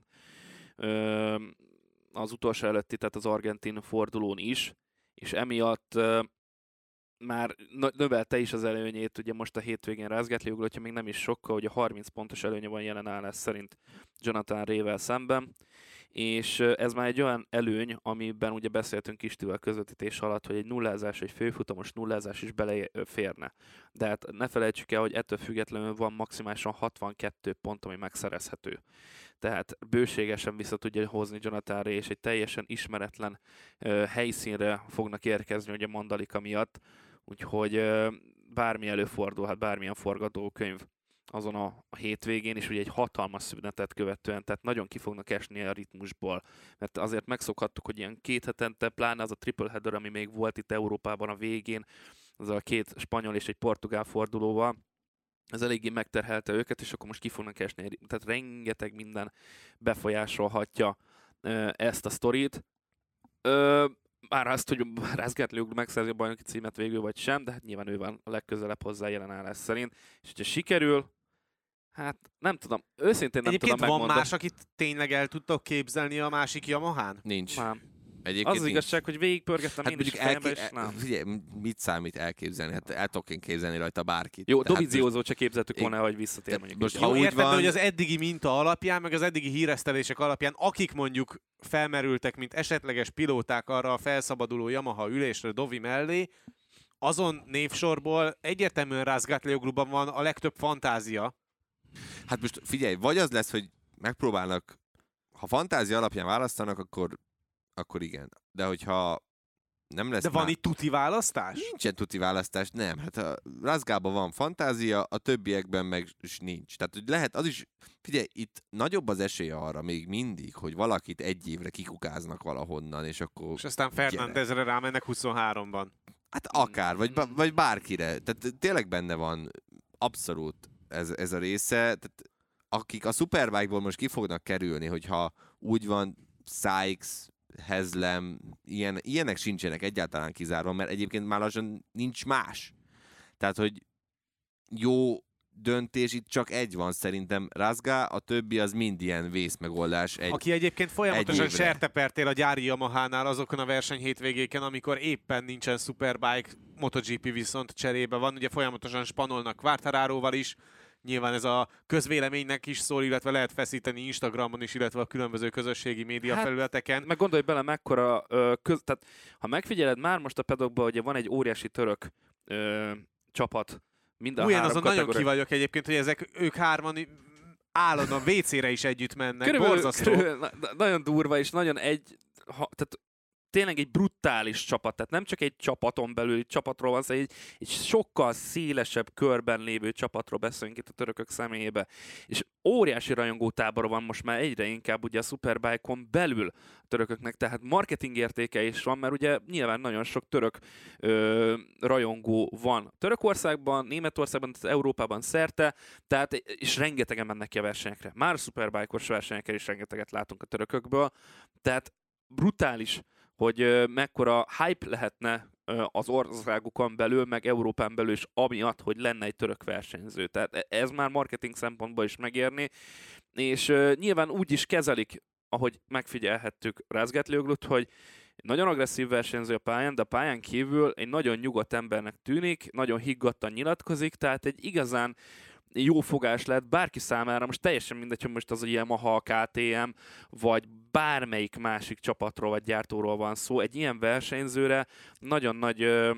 D: ö, az utolsó előtti, tehát az argentin fordulón is, és emiatt uh, már növelte is az előnyét, ugye most a hétvégén Razgatlioglu, hogyha még nem is sokkal, hogy a harminc pontos előnye van jelen állás szerint Jonathan Ray-vel szemben, és uh, ez már egy olyan előny, amiben ugye beszéltünk Istivel közvetítés alatt, hogy egy nullázás, egy főfutamos nullázás is beleférne. De hát ne felejtsük el, hogy ettől függetlenül van maximálisan hatvankettő pont, ami megszerezhető. Tehát bőségesen vissza tudja hozni Jonathan Ray, és egy teljesen ismeretlen uh, helyszínre fognak érkezni ugye Mandalika miatt, úgyhogy uh, bármi előfordulhat, bármilyen forgatókönyv azon a, a hétvégén, és ugye egy hatalmas szünetet követően, tehát nagyon ki fognak esni a ritmusból, mert azért megszokhattuk, hogy ilyen két hetente, pláne az a triple header, ami még volt itt Európában a végén, az a két spanyol és egy portugál fordulóval, ez eléggé megterhelte őket, és akkor most ki fognak esni. Tehát rengeteg minden befolyásolhatja ö, ezt a sztorit. Ö, már azt, hogy Razgatlioglu megszerzi a bajnoki címet végül vagy sem, de hát nyilván ő van a legközelebb hozzá jelen állás szerint. És hogyha sikerül, hát nem tudom, őszintén nem
A: Egyébként
D: tudom
A: van
D: megmondani.
A: más, akit tényleg el tudtok képzelni a másik Yamahán?
C: Nincs.
D: Nem.
C: Egyébként
D: Az az
C: nincs.
D: igazság, hogy végigpörgettem
C: Hát
D: én is
C: mondjuk
D: fejembe,
C: elké...
D: és nem.
C: Figyelj, mit számít elképzelni? Hát el tudok én képzelni rajta bárkit.
D: Jó,
C: Tehát
D: Dovizioso csak képzeltük
C: Én-
D: volna, hogy visszatér
C: Te-
D: mondjuk.
C: most
D: egy
C: ha
A: Jó,
C: úgy
A: értem, de
C: van-
A: hogy az eddigi minta alapján, meg az eddigi híresztelések alapján, akik mondjuk felmerültek, mint esetleges pilóták arra a felszabaduló Yamaha ülésre Dovi mellé, azon névsorból egyértelműen Razgatliogluban van a legtöbb fantázia.
C: Hát most figyelj, vagy az lesz, hogy megpróbálnak, ha fantázia alapján választanak, akkor, akkor igen. De hogyha nem lesz
A: De van
C: már...
A: itt tuti választás?
C: Nincsen tuti választás, nem. Hát a Razgában van fantázia, a többiekben meg is nincs. Tehát hogy lehet, az is, figyelj, itt nagyobb az esély arra még mindig, hogy valakit egy évre kikukáznak valahonnan, és akkor...
A: És aztán Fernandezre rámennek huszonháromban.
C: Hát akár, vagy, vagy bárkire. Tehát tényleg benne van abszolút ez, ez a része. Tehát akik a Superbike-ból most ki fognak kerülni, hogyha úgy van Sykes, Haslam, ilyen, ilyenek sincsenek egyáltalán kizárva, mert egyébként már lassan nincs más. Tehát, hogy jó döntés, itt csak egy van szerintem Razga, a többi az mind ilyen vészmegoldás. Egy,
A: Aki egyébként folyamatosan
C: egy évre.
A: sertepertél a gyári Yamahánál azokon a verseny hétvégéken, amikor éppen nincsen Superbike, MotoGP viszont cserébe van. Ugye folyamatosan spanolnak Quartararóval is, nyilván ez a közvéleménynek is szól, illetve lehet feszíteni Instagramon is, illetve a különböző közösségi média
D: Hát,
A: felületeken.
D: Meg gondolj bele, mekkora ö, köz... Tehát, ha megfigyeled már most a pedokban, ugye van egy óriási török ö, csapat, mind a
A: Ugyan
D: három
A: azon nagyon
D: kategória-
A: ki vagyok egyébként, hogy ezek ők hárman i- állandóan vé cére is együtt mennek.
D: Körülbelül,
A: Borzasztó.
D: körülbelül na, na- nagyon durva, és nagyon egy... Ha, tehát tényleg egy brutális csapat, tehát nem csak egy csapaton belüli csapatról van szó, egy, egy sokkal szélesebb körben lévő csapatról beszélünk itt a törökök személyébe. És óriási rajongótábor van most már egyre inkább ugye a Superbike-on belül a törököknek, tehát marketing értéke is van, mert ugye nyilván nagyon sok török ö, rajongó van Törökországban, Németországban, tehát Európában szerte, tehát és rengetegen mennek ki a versenyekre. Már a Superbike-os versenyeken is rengeteget látunk a törökökből, tehát brutális, hogy ö, mekkora hype lehetne ö, az országukon belül, meg Európán belül is, amiatt, hogy lenne egy török versenyző. Tehát e- ez már marketing szempontból is megérni, és ö, nyilván úgy is kezelik, ahogy megfigyelhettük Razgatlioglut, hogy nagyon agresszív versenyző a pályán, de a pályán kívül egy nagyon nyugodt embernek tűnik, nagyon higgadtan nyilatkozik, tehát egy igazán jó fogás lehet bárki számára, most teljesen mindegy, hogy most az a Yamaha, ká té em, vagy bármelyik másik csapatról vagy gyártóról van szó, egy ilyen versenyzőre nagyon nagy ö,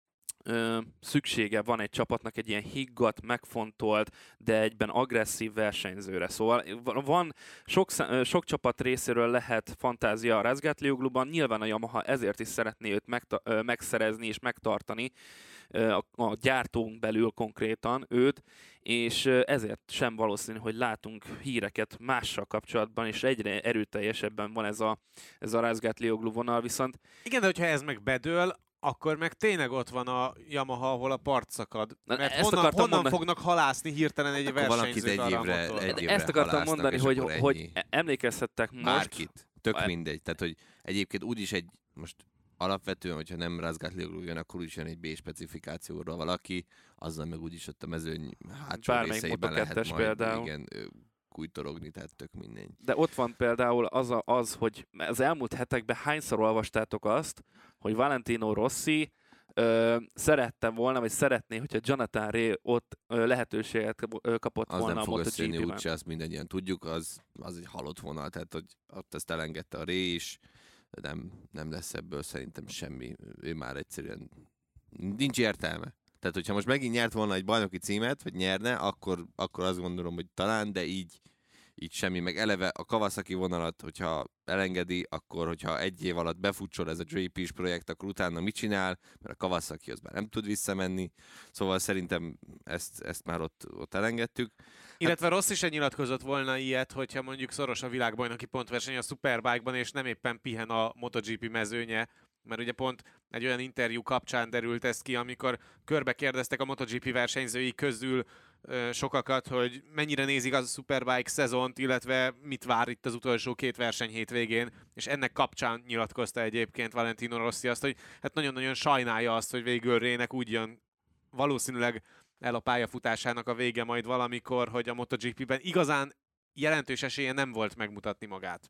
D: ö, szüksége van egy csapatnak egy ilyen higgadt, megfontolt, de egyben agresszív versenyzőre. Szóval van sok, sok csapat részéről lehet fantázia a Razgatliogluban, nyilván a Yamaha ezért is szeretné őt megta- ö, megszerezni és megtartani, a, a gyártónk belül konkrétan őt, és ezért sem valószínű, hogy látunk híreket mással kapcsolatban, és egyre erőteljesebben van ez a, ez a Razgatlioglu vonal, viszont...
A: Igen, de hogyha ez meg bedől, akkor meg tényleg ott van a Yamaha, ahol a part szakad.
D: Na,
A: Mert
D: ezt
A: honnan,
D: akartam
A: honnan
D: mondani.
A: fognak halászni hirtelen egy
C: Akkor valakit
A: versenyzőt
C: egy
A: arra a
C: évre-
A: motorra?
C: egy évre
D: Ezt akartam
C: halásznak,
D: mondani,
C: és
D: hogy,
C: akkor
D: hogy
C: ennyi.
D: emlékezhettek most...
C: Bárkit. Tök
D: A-
C: mindegy. Tehát, hogy egyébként úgyis egy, most alapvetően, hogyha nem Razgatlioglu jön, akkor úgyis jön egy B-specifikációra valaki, azzal meg úgyis ott a mezőny hátsó
D: Bármelyik
C: részeiben
D: Moto
C: lehet
D: kettes
C: majd
D: például.
C: igen, ö, kújtorogni, tehát tök mindegy.
D: De ott van például az, a, az, hogy az elmúlt hetekben hányszor olvastátok azt, hogy Valentino Rossi ö, szerette volna, vagy szeretné, hogyha Jonathan Rea ott ö, lehetőséget ö, kapott
C: Az
D: volna
C: nem
D: a
C: fog összejönni
D: MotoGP-ben.
C: úgyse, azt mindannyian tudjuk, az, az egy halott vonal, tehát hogy ott ezt elengedte a Ré is, de nem, nem lesz ebből szerintem semmi, ő már egyszerűen nincs értelme. Tehát, hogyha most megint nyert volna egy bajnoki címet, vagy nyerne, akkor, akkor azt gondolom, hogy talán, de így, így semmi. Meg eleve a Kawasaki vonalat, hogyha elengedi, akkor hogyha egy év alatt befutsol ez a jé pés projekt, akkor utána mit csinál, mert a Kawasakihoz már nem tud visszamenni. Szóval szerintem ezt, ezt már ott, ott elengedtük.
A: Illetve Rossi is nyilatkozott volna ilyet, hogyha mondjuk szoros a világbajnoki pontverseny a Superbike-ban, és nem éppen pihen a MotoGP mezőnye, mert ugye pont egy olyan interjú kapcsán derült ez ki, amikor körbe kérdeztek a MotoGP versenyzői közül ö, sokakat, hogy mennyire nézik az a Superbike szezont, illetve mit vár itt az utolsó két verseny hétvégén, és ennek kapcsán nyilatkozta egyébként Valentino Rossi azt, hogy hát nagyon-nagyon sajnálja azt, hogy végül Rének úgy jön valószínűleg el a pályafutásának a vége majd valamikor, hogy a MotoGP-ben igazán jelentős esélye nem volt megmutatni magát.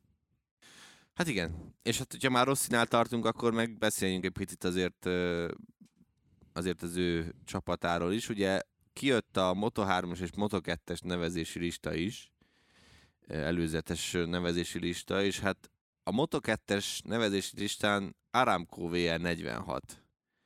C: Hát igen, és hát hogyha már Rossinál tartunk, akkor meg beszéljünk egy picit azért, ö, azért az ő csapatáról is. Ugye kijött a Moto hármas és Moto kettes nevezési lista is, előzetes nevezési lista, és hát a Moto kettes nevezési listán Aramco vé er negyvenhat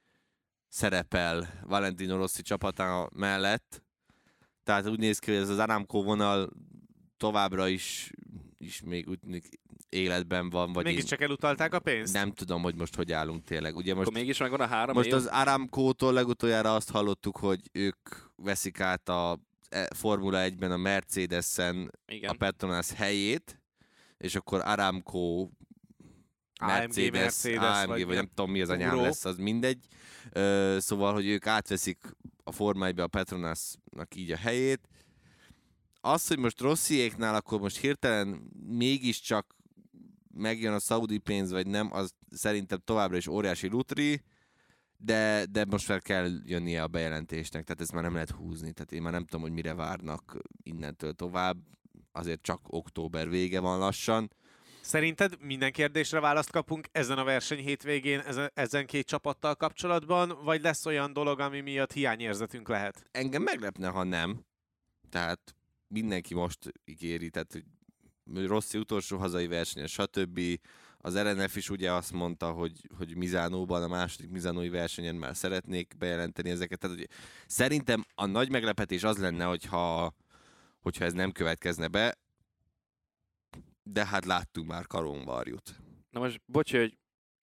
C: szerepel Valentino Rossi csapatá mellett. Tehát úgy néz ki, hogy ez az Aramco vonal továbbra is, is még úgy életben van. Vagy
A: Mégiscsak elutalták a pénzt?
C: nem tudom, hogy most hogy állunk tényleg. Ugye most,
D: Akkor mégis megvan a három
C: most
D: év.
C: az Aramco-tól legutoljára azt hallottuk, hogy ők veszik át a Formula egyben a Mercedes-en
D: Igen.
C: a Petronas helyét, és akkor Aramco
A: á em gé,
C: Mercedes,
A: Mercedes,
C: á em gé,
A: vagy
C: vagy nem tudom mi az anyám
A: Ugró.
C: lesz, az mindegy. Ö, szóval, hogy ők átveszik a Forma egybe a Petronasnak így a helyét. Az, hogy most Rossiéknál akkor most hirtelen mégiscsak megjön a szaudi pénz, vagy nem, az szerintem továbbra is óriási lutri, de, de most már kell jönnie a bejelentésnek, tehát ezt már nem lehet húzni, tehát én már nem tudom, hogy mire várnak innentől tovább, azért csak október vége van lassan.
A: Szerinted minden kérdésre választ kapunk ezen a verseny hétvégén ezen, ezen két csapattal kapcsolatban, vagy lesz olyan dolog, ami miatt hiányérzetünk lehet?
C: Engem meglepne, ha nem. tehát mindenki most ígéri, tehát hogy Rossi utolsó hazai versenyen, stb. Az er en ef is ugye azt mondta, hogy, hogy Misánóban, a második misánói versenyen már szeretnék bejelenteni ezeket. Tehát, hogy szerintem a nagy meglepetés az lenne, hogyha, hogyha ez nem következne be, de hát láttunk már Karonvarjút.
D: Na most, bocsi, hogy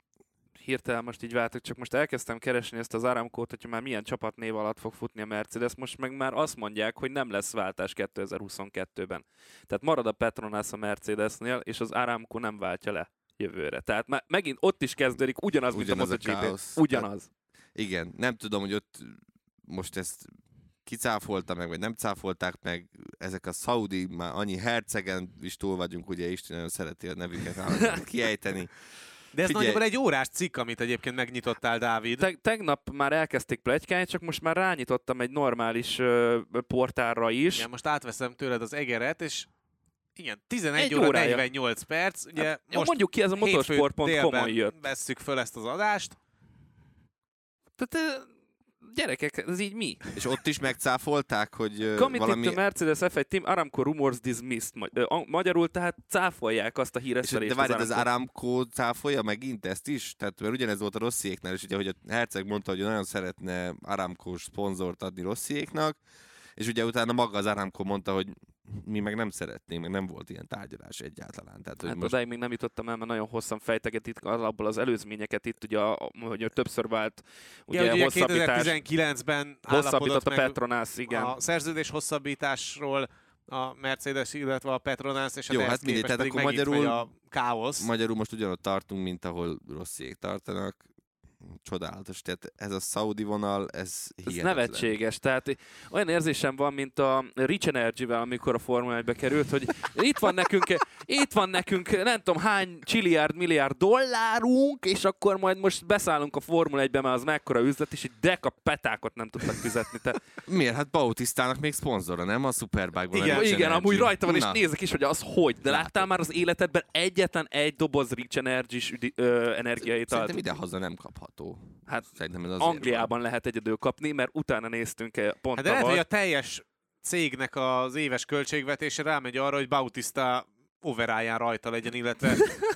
D: hirtelen most így váltok, csak most elkezdtem keresni ezt az Aramcót, hogyha már milyen csapatnév alatt fog futni a Mercedes, most meg már azt mondják, hogy nem lesz váltás kétezer-huszonkettőben. Tehát marad a Petronas a Mercedesnél, és az Aramco nem váltja le jövőre. Tehát már megint ott is kezdődik ugyanaz,
C: ugyanaz
D: mint a MotoGP.
C: a
D: Ugyanaz.
C: Tehát, igen, nem tudom, hogy ott most ezt kicáfolta meg, vagy nem cáfolták meg, ezek a szaudi, már annyi hercegen is túl vagyunk, ugye Isten nagyon szereti a nevüket kiejteni.
A: De ez
C: Figyelj.
A: nagyjából egy órás cikk, amit egyébként megnyitottál, Dávid.
D: Te- tegnap már elkezdték pletykálni, csak most már rányitottam egy normális uh, portálra is.
A: Igen, most átveszem tőled az egeret, és igen, tizenegy
D: Egy
A: óra
D: órája.
A: negyvennyolc perc. Ugye
D: Hát, jó,
A: most
D: mondjuk ki, ez a
A: hétfő
D: motorsport pont com-on
A: délben
D: jött.
A: vesszük föl ezt az adást.
D: Tehát, uh, gyerekek, ez így mi?
C: És ott is megcáfolták, hogy ö,
D: Committed
C: valami...
D: to Mercedes ef egy Team Aramco rumors dismissed. Ma- ö, a- Magyarul tehát cáfolják azt a
C: És,
D: híresztelést.
C: de várjad,
D: az
C: az
D: Aramco.
C: Aramco cáfolja megint ezt is? Tehát mert ugyanez volt a Rossiéknál is, ugye, hogy a Herceg mondta, hogy ő nagyon szeretne Aramco szponzort adni Rossiéknak, és ugye utána maga az Aramco mondta, hogy mi meg nem szeretnénk, meg nem volt ilyen tárgyalás egyáltalán. Tehát, hogy
D: Hát
C: most...
D: odáig még nem jutottam el, mert nagyon hosszan fejteget itt alapból az előzményeket itt, ugye, a- hogy többször vált ugye,
A: Ugye, ugye
D: hosszabbítás,
A: kétezer-tizenkilencben
D: hosszabbított
A: állapodott
D: a
A: meg
D: Petronas, igen.
A: a szerződés hosszabbításról a Mercedes, illetve a Petronas, és
C: Jó,
A: hát
C: hát
A: ehhez
C: mindegy,
A: képest
C: tehát
A: pedig
C: akkor
A: megint
C: magyarul-
A: megy a káosz.
C: Magyarul most ugyanott tartunk, mint ahol Rossiék tartanak. Csodálatos. Tehát ez a Saudi vonal, ez
D: Ez
C: hihetetlen.
D: nevetséges. Tehát olyan érzésem van, mint a Rich Energy-vel, amikor a Formula egybe került, hogy itt van nekünk, itt van nekünk nem tudom hány csilliárd, milliárd dollárunk, és akkor majd most beszállunk a Formula egybe, mert az mekkora üzlet, és egy deka petákot nem tudtak fizetni. Te...
C: Miért? Hát Bautisztának még szponzora, nem? A Superbike-ban.
A: Igen,
C: a Rich
D: Igen,
C: Energy.
D: amúgy rajta van, és
C: Na.
D: nézek is, hogy az hogy. De
C: Látod.
D: láttál már az életedben egyetlen egy doboz Rich Energy-s üdi- ö, energiait?
C: Szerintem idehaza nem kapható.
D: Hát
C: Szerintem ez azért
D: Angliában lehet egyedül kapni, mert utána néztünk pont
A: Hát de lehet,
D: tavaly.
A: hogy a teljes cégnek az éves költségvetése rámegy arra, hogy Bautista overáján rajta legyen, illetve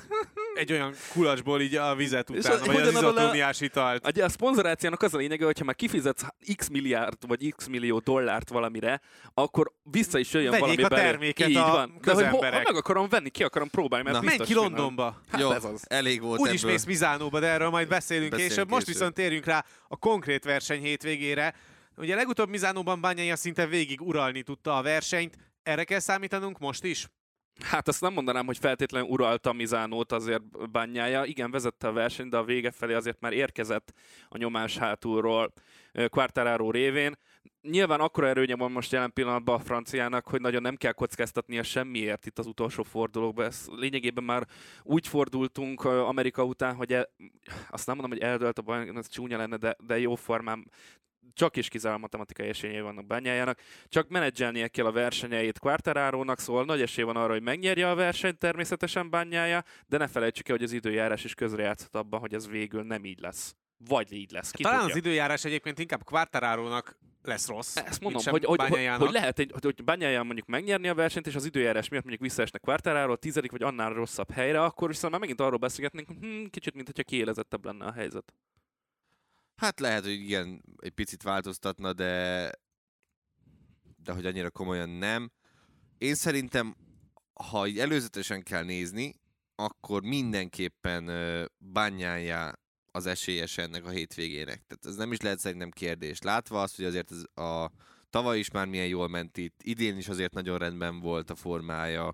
A: egy olyan kulacsból így a vizet
D: És
A: utána,
D: az-
A: vagy az
D: ugyanarról a-
A: izotóniás italt.
D: Ugye a szponzorációnak az a lényege, hogyha már kifizetsz x milliárd vagy x millió dollárt valamire, akkor vissza is jöjjön
A: Vegyék
D: valami
A: a
D: belőle.
A: terméket
D: Így
A: a
D: van. De hogy ho- ha
A: közemberek.
D: meg akarom venni, ki akarom próbálni, mert
C: Na.
A: Menj
D: biztos
A: ki
D: finom.
A: Londonba!
D: Hát
C: Jó,
D: ez az.
C: elég volt
A: Úgyis
C: ebből.
A: mész Mizánóba, de erről majd beszélünk
C: Beszélünk
A: később. Most
C: később.
A: viszont térjünk rá a konkrét verseny hétvégére. Ugye legutóbb Mizánóban Bagnaia szinte végig uralni tudta a versenyt. Erre kell számítanunk most is?
D: Hát azt nem mondanám, hogy feltétlenül uralta Mizánót azért Bagnaia. Igen, vezette a versenyt, de a vége felé azért már érkezett a nyomás hátulról ö, Quartararo révén. Nyilván akkora erőnye van most jelen pillanatban a franciának, hogy nagyon nem kell kockáztatnia semmiért itt az utolsó fordulókban. Ez lényegében már úgy fordultunk ö, Amerika után, hogy el, azt nem mondom, hogy eldölt a baj, ez csúnya lenne, de, de jó formán csak is kizárólag matematikai esélyei vannak Bagnaia-nak, csak menedzselnie kell a versenyeit Quartararónak, szóval nagy esély van arra, hogy megnyerje a versenyt természetesen Bagnaia, de ne felejtsük el, hogy az időjárás is közrejátszott abban, hogy ez végül nem így lesz. Vagy így lesz, ki
A: Talán
D: tudja.
A: az időjárás egyébként inkább Quartararónak lesz rossz.
D: Ezt
A: mint
D: mondom,
A: sem
D: hogy, hogy, hogy,
A: Bagnaiának.
D: hogy lehet, egy, hogy Bagnaia mondjuk megnyerni a versenyt, és az időjárás miatt mondjuk visszaesne Quartararo a tizedik vagy annál rosszabb helyre, akkor viszont már megint arról beszélgetnénk, hogy hm, kicsit, mint hogyha kiélezettebb lenne a helyzet.
C: Hát lehet, hogy igen, egy picit változtatna, de de hogy annyira komolyan nem. Én szerintem, ha így előzetesen kell nézni, akkor mindenképpen uh, Bagnaia az esélyes ennek a hétvégének. Tehát ez nem is lehet szerintem kérdés. Látva azt, hogy azért ez a tavaly is már milyen jól ment itt, idén is azért nagyon rendben volt a formája.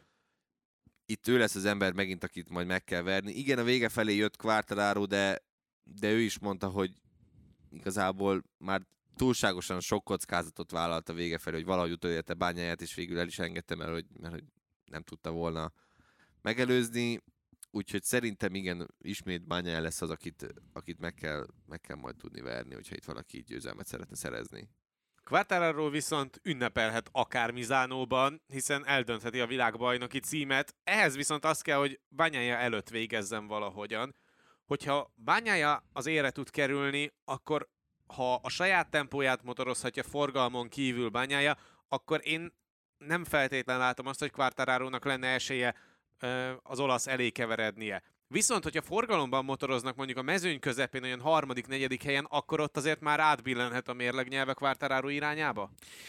C: Itt ő lesz az ember megint, akit majd meg kell verni. Igen, a vége felé jött Quartararo, de de ő is mondta, hogy igazából már túlságosan sok kockázatot vállalt a vége felé, hogy valahogy utolérte Bagnaia-t, és végül el is engedte, mert hogy, mert hogy nem tudta volna megelőzni. Úgyhogy szerintem igen, ismét Bagnaia lesz az, akit, akit meg, kell, meg kell majd tudni verni, hogyha itt valaki így győzelmet szeretne szerezni.
A: Quartararo viszont ünnepelhet akár Mizánóban, hiszen eldöntheti a világbajnoki címet. Ehhez viszont az kell, hogy Bagnaia előtt végezzen valahogyan. Hogyha Bagnaia az élre tud kerülni, akkor ha a saját tempóját motorozhatja forgalmon kívül Bagnaia, akkor én nem feltétlenül látom azt, hogy Quartararónak lenne esélye ö, az olasz elé keverednie. Viszont, hogyha forgalomban motoroznak mondjuk a mezőny közepén olyan harmadik, negyedik helyen, akkor ott azért már átbillenhet a mérlegnyelve Quartararo irányába?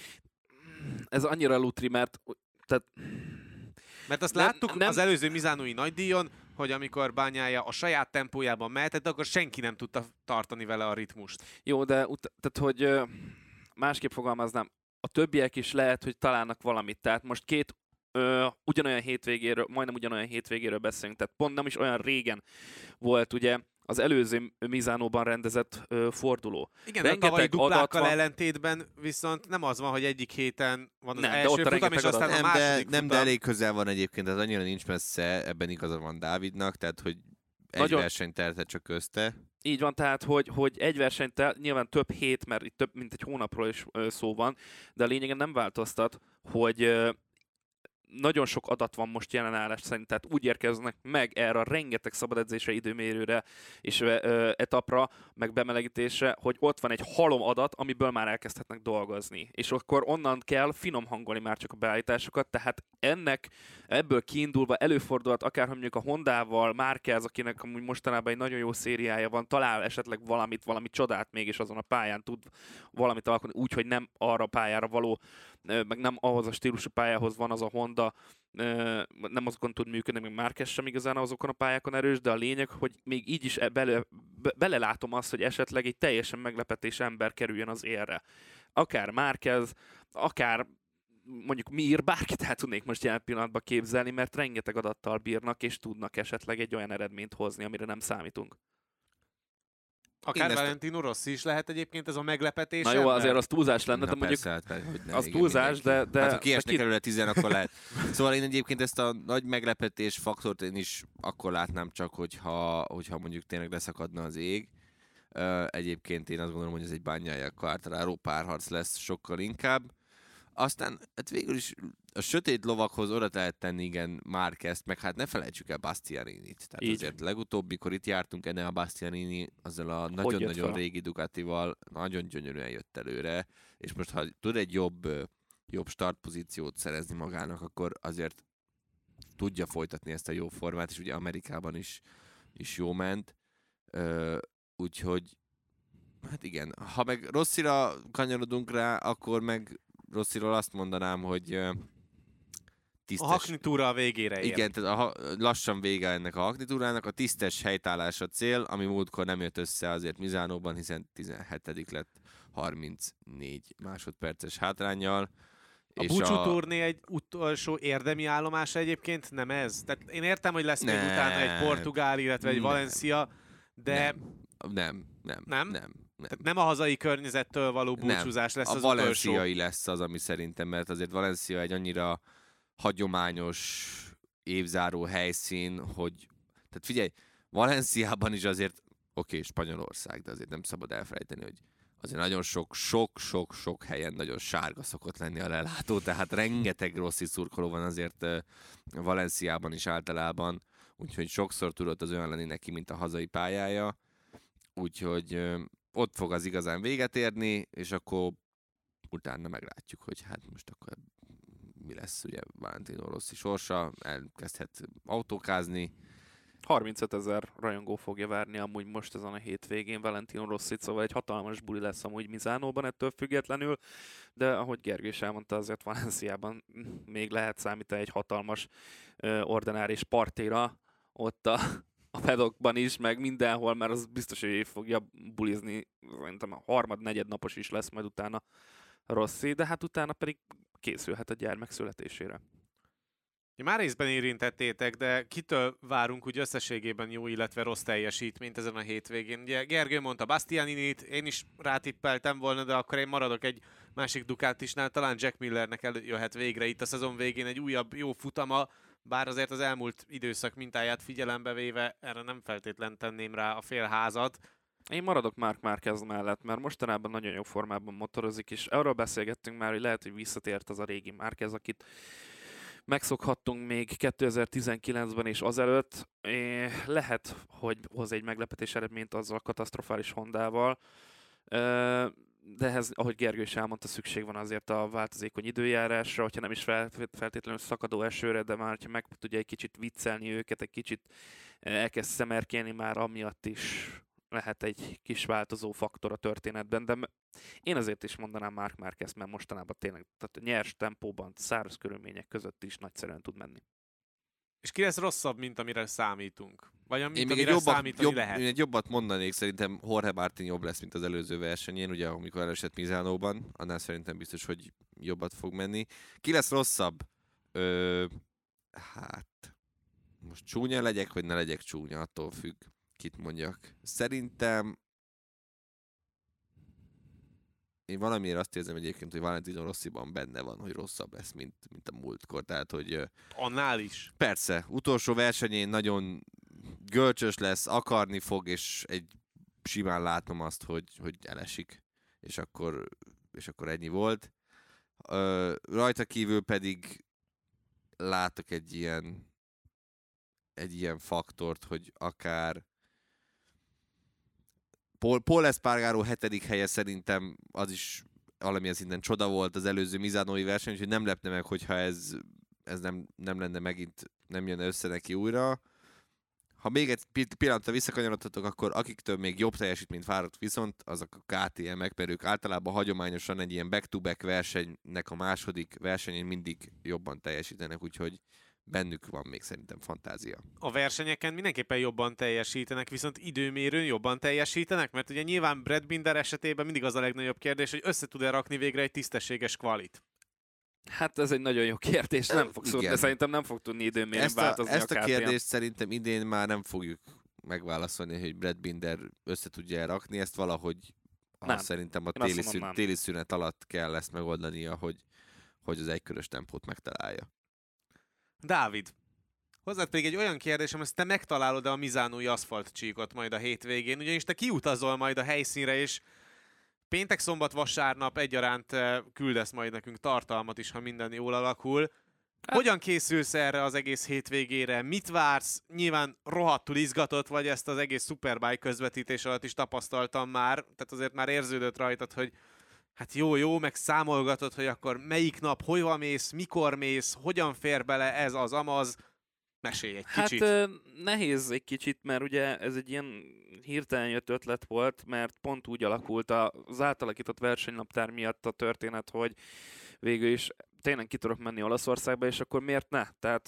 D: Ez annyira lutri, mert tehát
A: Mert azt
D: Nem-
A: láttuk
D: nem-
A: az előző Misánói nagydíjon, hogy amikor Bagnaia a saját tempójában mehetett, akkor senki nem tudta tartani vele a ritmust.
D: jó, de ut- tehát, hogy ö, másképp fogalmaznám, a többiek is lehet, hogy találnak valamit. Tehát most két ö, ugyanolyan hétvégéről, majdnem ugyanolyan hétvégéről beszélünk, tehát pont nem is olyan régen volt ugye az előző Misánóban rendezett ö, forduló.
A: Igen, de a
D: Rengeteg
A: tavalyi
D: adat
A: duplákkal
D: van.
A: ellentétben viszont nem az van, hogy egyik héten van az
D: Nem, de
A: első
D: ott a
A: futam, és
D: rengeteg
A: aztán
D: adat.
A: a
C: Nem, de,
A: második
C: nem, de
A: futam.
C: elég közel van egyébként, tehát annyira nincs messze, ebben igaza van Dávidnak, tehát hogy egy
D: Nagyon-
C: verseny tehetett csak közte.
D: Így van, tehát, hogy, hogy egy versenyt, el- nyilván több hét, mert itt több mint egy hónapról is ö, szó van, de a lényegen nem változtat, hogy ö, nagyon sok adat van most jelenállás szerint, tehát úgy érkeznek meg erre a rengeteg szabadedzésre, időmérőre és ö, ö, etapra, meg bemelegítésre, hogy ott van egy halom adat, amiből már elkezdhetnek dolgozni. És akkor onnan kell finom hangolni már csak a beállításokat, tehát ennek ebből kiindulva előfordulhat akár mondjuk a Hondával, Márquez, akinek amúgy mostanában egy nagyon jó szériája van, talál esetleg valamit, valami csodát mégis azon a pályán tud valamit alkotni, úgy, hogy nem arra a pályára való, ö, meg nem ahhoz a stílusú pályához van az a Honda, ö, nem azokon tud működni, meg Márquez sem igazán azokon a pályákon erős, de a lényeg, hogy még így is e- bele, be, belelátom azt, hogy esetleg egy teljesen meglepetés ember kerüljön az élre. Akár Márquez, akár mondjuk Mir, bárkit el tudnék most jelen pillanatban képzelni, mert rengeteg adattal bírnak, és tudnak esetleg egy olyan eredményt hozni, amire nem számítunk.
A: Akár
C: Én ezt-
A: Valentino Rossi is lehet egyébként ez a meglepetés.
D: Na jó,
A: ember?
D: azért az túlzás lenne,
C: Na
D: de mondjuk
C: persze, hát, hogy ne,
D: az
C: igen,
D: túlzás,
C: mindenki.
D: de... de
C: Hát ha kiesnek
D: de ki-
C: előle tizen, akkor lehet. Szóval én egyébként ezt a nagy meglepetés faktort én is akkor látnám csak, hogyha, hogyha mondjuk tényleg leszakadna az ég. Uh, egyébként én azt gondolom, hogy ez egy Bagnaia Quartararo párharc lesz sokkal inkább. Aztán hát végül is a sötét lovakhoz oda lehet tenni, igen, Márquezt, meg hát ne felejtsük el Bastianinit. Tehát
D: Így.
C: azért legutóbb, mikor itt jártunk, Enea Bastianini azzal a
D: jött
C: nagyon-nagyon
D: fel?
C: régi Ducatival nagyon gyönyörűen jött előre, és most ha tud egy jobb, ö, jobb startpozíciót szerezni magának, akkor azért tudja folytatni ezt a jó formát, és ugye Amerikában is, is jó ment. Ö, úgyhogy hát igen, ha meg Rossira kanyarodunk rá, akkor meg Rossiról azt mondanám, hogy ö,
A: A
C: tisztes...
A: haknitúra a végére ér.
C: Igen, tehát a, ha- lassan vége ennek a haknitúrának, a tisztes helytállás a cél, ami múltkor nem jött össze azért Misánóban, hiszen tizenhetedik lett harmincnégy másodperces hátránnyal.
A: A
C: és
A: búcsú turné egy utolsó érdemi állomása egyébként, nem ez? Tehát én értem, hogy lesz még
C: Nem.
A: utána egy Portugál, illetve egy
C: Nem.
A: Valencia, de
C: Nem, nem, nem.
A: Nem?
C: Nem, nem.
A: tehát nem a hazai környezettől való búcsúzás lesz
C: A
A: az
C: valenciai
A: utolsó.
C: lesz az, ami szerintem, mert azért Valencia egy annyira hagyományos évzáró helyszín, hogy... Tehát figyelj, Valenciában is azért, oké, Spanyolország, de azért nem szabad elfelejteni, hogy azért nagyon sok, sok, sok, sok helyen nagyon sárga szokott lenni a lelátó, tehát rengeteg Rossi szurkoló van azért ö, Valenciában is általában, úgyhogy sokszor tudott az olyan lenni neki, mint a hazai pályája, úgyhogy ö, ott fog az igazán véget érni, és akkor utána meglátjuk, hogy hát most akkor mi lesz ugye Valentino Rossi sorsa, elkezdhet autókázni.
D: harmincöt ezer rajongó fogja várni amúgy most ezen a hétvégén Valentino Rossit, szóval egy hatalmas buli lesz amúgy Misánóban ettől függetlenül, de ahogy Gergő is elmondta, azért Valenciában még lehet számítani egy hatalmas uh, ordináris partéra ott a, a pedokban is, meg mindenhol, mert az biztos, hogy ő fogja bulizni, szerintem a harmad, negyed napos is lesz majd utána Rossi, de hát utána pedig készülhet a gyermek születésére.
A: Ja, már részben érintettétek, de kitől várunk úgy összességében jó, illetve rossz teljesítményt ezen a hétvégén? Ugye Gergő mondta Bastianinit, én is rátippeltem volna, de akkor én maradok egy másik Ducatisnál, talán Jack Millernek előjöhet végre itt a szezon végén egy újabb jó futama, bár azért az elmúlt időszak mintáját figyelembe véve erre nem feltétlen tenném rá a félházat.
D: Én maradok Marc Márquez mellett, mert mostanában nagyon jó formában motorozik, és arról beszélgettünk már, hogy lehet, hogy visszatért az a régi Márquez, akit megszokhattunk még kétezer-tizenkilencben és azelőtt. É, lehet, hogy hoz egy meglepetés eredményt azzal a katasztrofális Hondával, de ehhez, ahogy Gergő is elmondta, szükség van azért a változékony időjárásra, hogyha nem is fel, feltétlenül szakadó esőre, de már ha meg tudja egy kicsit viccelni őket, egy kicsit elkezd szemerkélni, már amiatt is lehet egy kis változó faktor a történetben, de én azért is mondanám Marc Márquez, mert mostanában tényleg tehát nyers tempóban, száraz körülmények között is nagyszerűen tud menni.
A: És ki lesz rosszabb, mint amire számítunk? Vagy amit,
C: Én még
A: amire
C: egy jobbat,
A: számítani
C: jobb,
A: lehet?
C: én egy jobbat mondanék, szerintem Jorge Martin jobb lesz, mint az előző versenyén, ugye amikor elesett Misánóban, annál szerintem biztos, hogy jobbat fog menni. Ki lesz rosszabb? Ö, hát, most csúnya legyek, vagy ne legyek csúnya, attól függ, kit mondjak. Szerintem én valamiért azt érzem egyébként, hogy Valentino Rossiban benne van, hogy rosszabb lesz, mint, mint a múltkor. Tehát, hogy
A: Annál is.
C: persze, utolsó versenyén nagyon görcsös lesz, akarni fog, és egy simán látom azt, hogy, hogy elesik. És akkor, és akkor ennyi volt. Ö, rajta kívül pedig látok egy ilyen egy ilyen faktort, hogy akár Paul, Paul Espargaró hetedik helye szerintem az is valamilyen szinten csoda volt az előző Misánói verseny, úgyhogy nem lepne meg, hogyha ez, ez nem, nem lenne megint, nem jönne össze neki újra. Ha még egy pillanatra visszakanyarodhatok, akkor akiktől még jobb teljesítményt várott viszont, azok a ká té em-ek, mert ők általában hagyományosan egy ilyen back-to-back versenynek a második versenyén mindig jobban teljesítenek, úgyhogy bennük van még szerintem fantázia.
A: A versenyeken mindenképpen jobban teljesítenek, viszont időmérőn jobban teljesítenek, mert ugye nyilván Brad Binder esetében mindig az a legnagyobb kérdés, hogy össze tud-e rakni végre egy tisztességes kvalit.
D: Hát ez egy nagyon jó kérdés, nem fog szó, de szerintem nem fog tudni időmérőn
C: Ezt a,
D: változni
C: ezt
D: a
C: a
D: ká té em.
C: kérdést szerintem idén már nem fogjuk megválaszolni, hogy Brad Binder össze tudja elrakni, ezt valahogy
D: Nem.
C: szerintem a
D: Én azt
C: téli,
D: mondom,
C: szün,
D: nem.
C: téli szünet alatt kell ezt megoldania, hogy, hogy az egykörös tempót megtalálja.
A: Dávid, hozzád pedig egy olyan kérdésem, hogy te megtalálod-e a misánói aszfaltcsíkot majd a hétvégén, ugyanis te kiutazol majd a helyszínre, és péntek, szombat, vasárnap egyaránt eh, küldesz majd nekünk tartalmat is, ha minden jól alakul. Hogyan készülsz erre az egész hétvégére? Mit vársz? Nyilván rohadtul izgatott vagy, ezt az egész Superbike közvetítés alatt is tapasztaltam már, tehát azért már érződött rajtad, hogy hát jó, jó, meg számolgatod, hogy akkor melyik nap, hova mész, mikor mész, hogyan fér bele ez az amaz. Mesélj egy
D: Hát
A: kicsit.
D: ö, nehéz egy kicsit, mert ugye ez egy ilyen hirtelen jött ötlet volt, mert pont úgy alakult az átalakított versenynaptár miatt a történet, hogy végül is tényleg ki tudok menni Olaszországba, és akkor miért ne? Tehát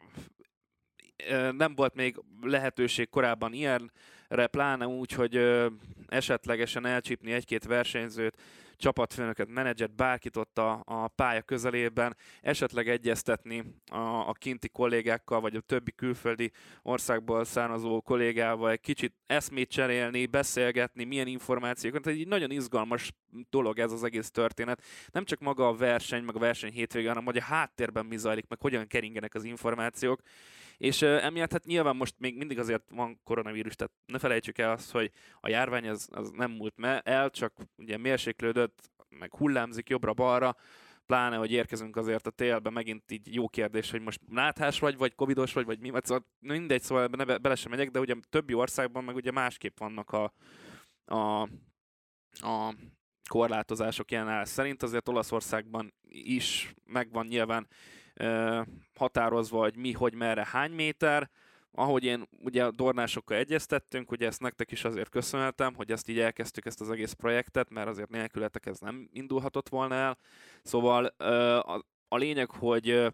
D: ö, nem volt még lehetőség korábban ilyenre, pláne úgy, hogy ö, esetlegesen elcsípni egy-két versenyzőt, csapatfőnöket, menedzsert, bárkit ott a, a pálya közelében, esetleg egyeztetni a, a kinti kollégákkal, vagy a többi külföldi országból származó kollégával, egy kicsit eszmét cserélni, beszélgetni, milyen információkat. Tehát egy nagyon izgalmas dolog ez az egész történet. Nem csak maga a verseny, meg a verseny hétvége, hanem hogy a háttérben mi zajlik, meg hogyan keringenek az információk. És uh, emiatt hát nyilván most még mindig azért van koronavírus, tehát ne felejtsük el azt, hogy a járvány az, az nem múlt me- el, csak ugye mérséklődött, meg hullámzik jobbra-balra, pláne, hogy érkezünk azért a télbe, megint így jó kérdés, hogy most náthás vagy, vagy covidos vagy, vagy mi, vagy szóval mindegy, szóval ne be, bele sem megyek, de ugye többi országban meg ugye másképp vannak a, a, a korlátozások jelen áll szerint, azért Olaszországban is megvan nyilván határozva, hogy mi, hogy, merre, hány méter. Ahogy én ugye a dornásokkal egyeztettünk, ugye ezt nektek is azért köszönhetem, hogy ezt így elkezdtük, ezt az egész projektet, mert azért nélkületek ez nem indulhatott volna el. Szóval a, a lényeg, hogy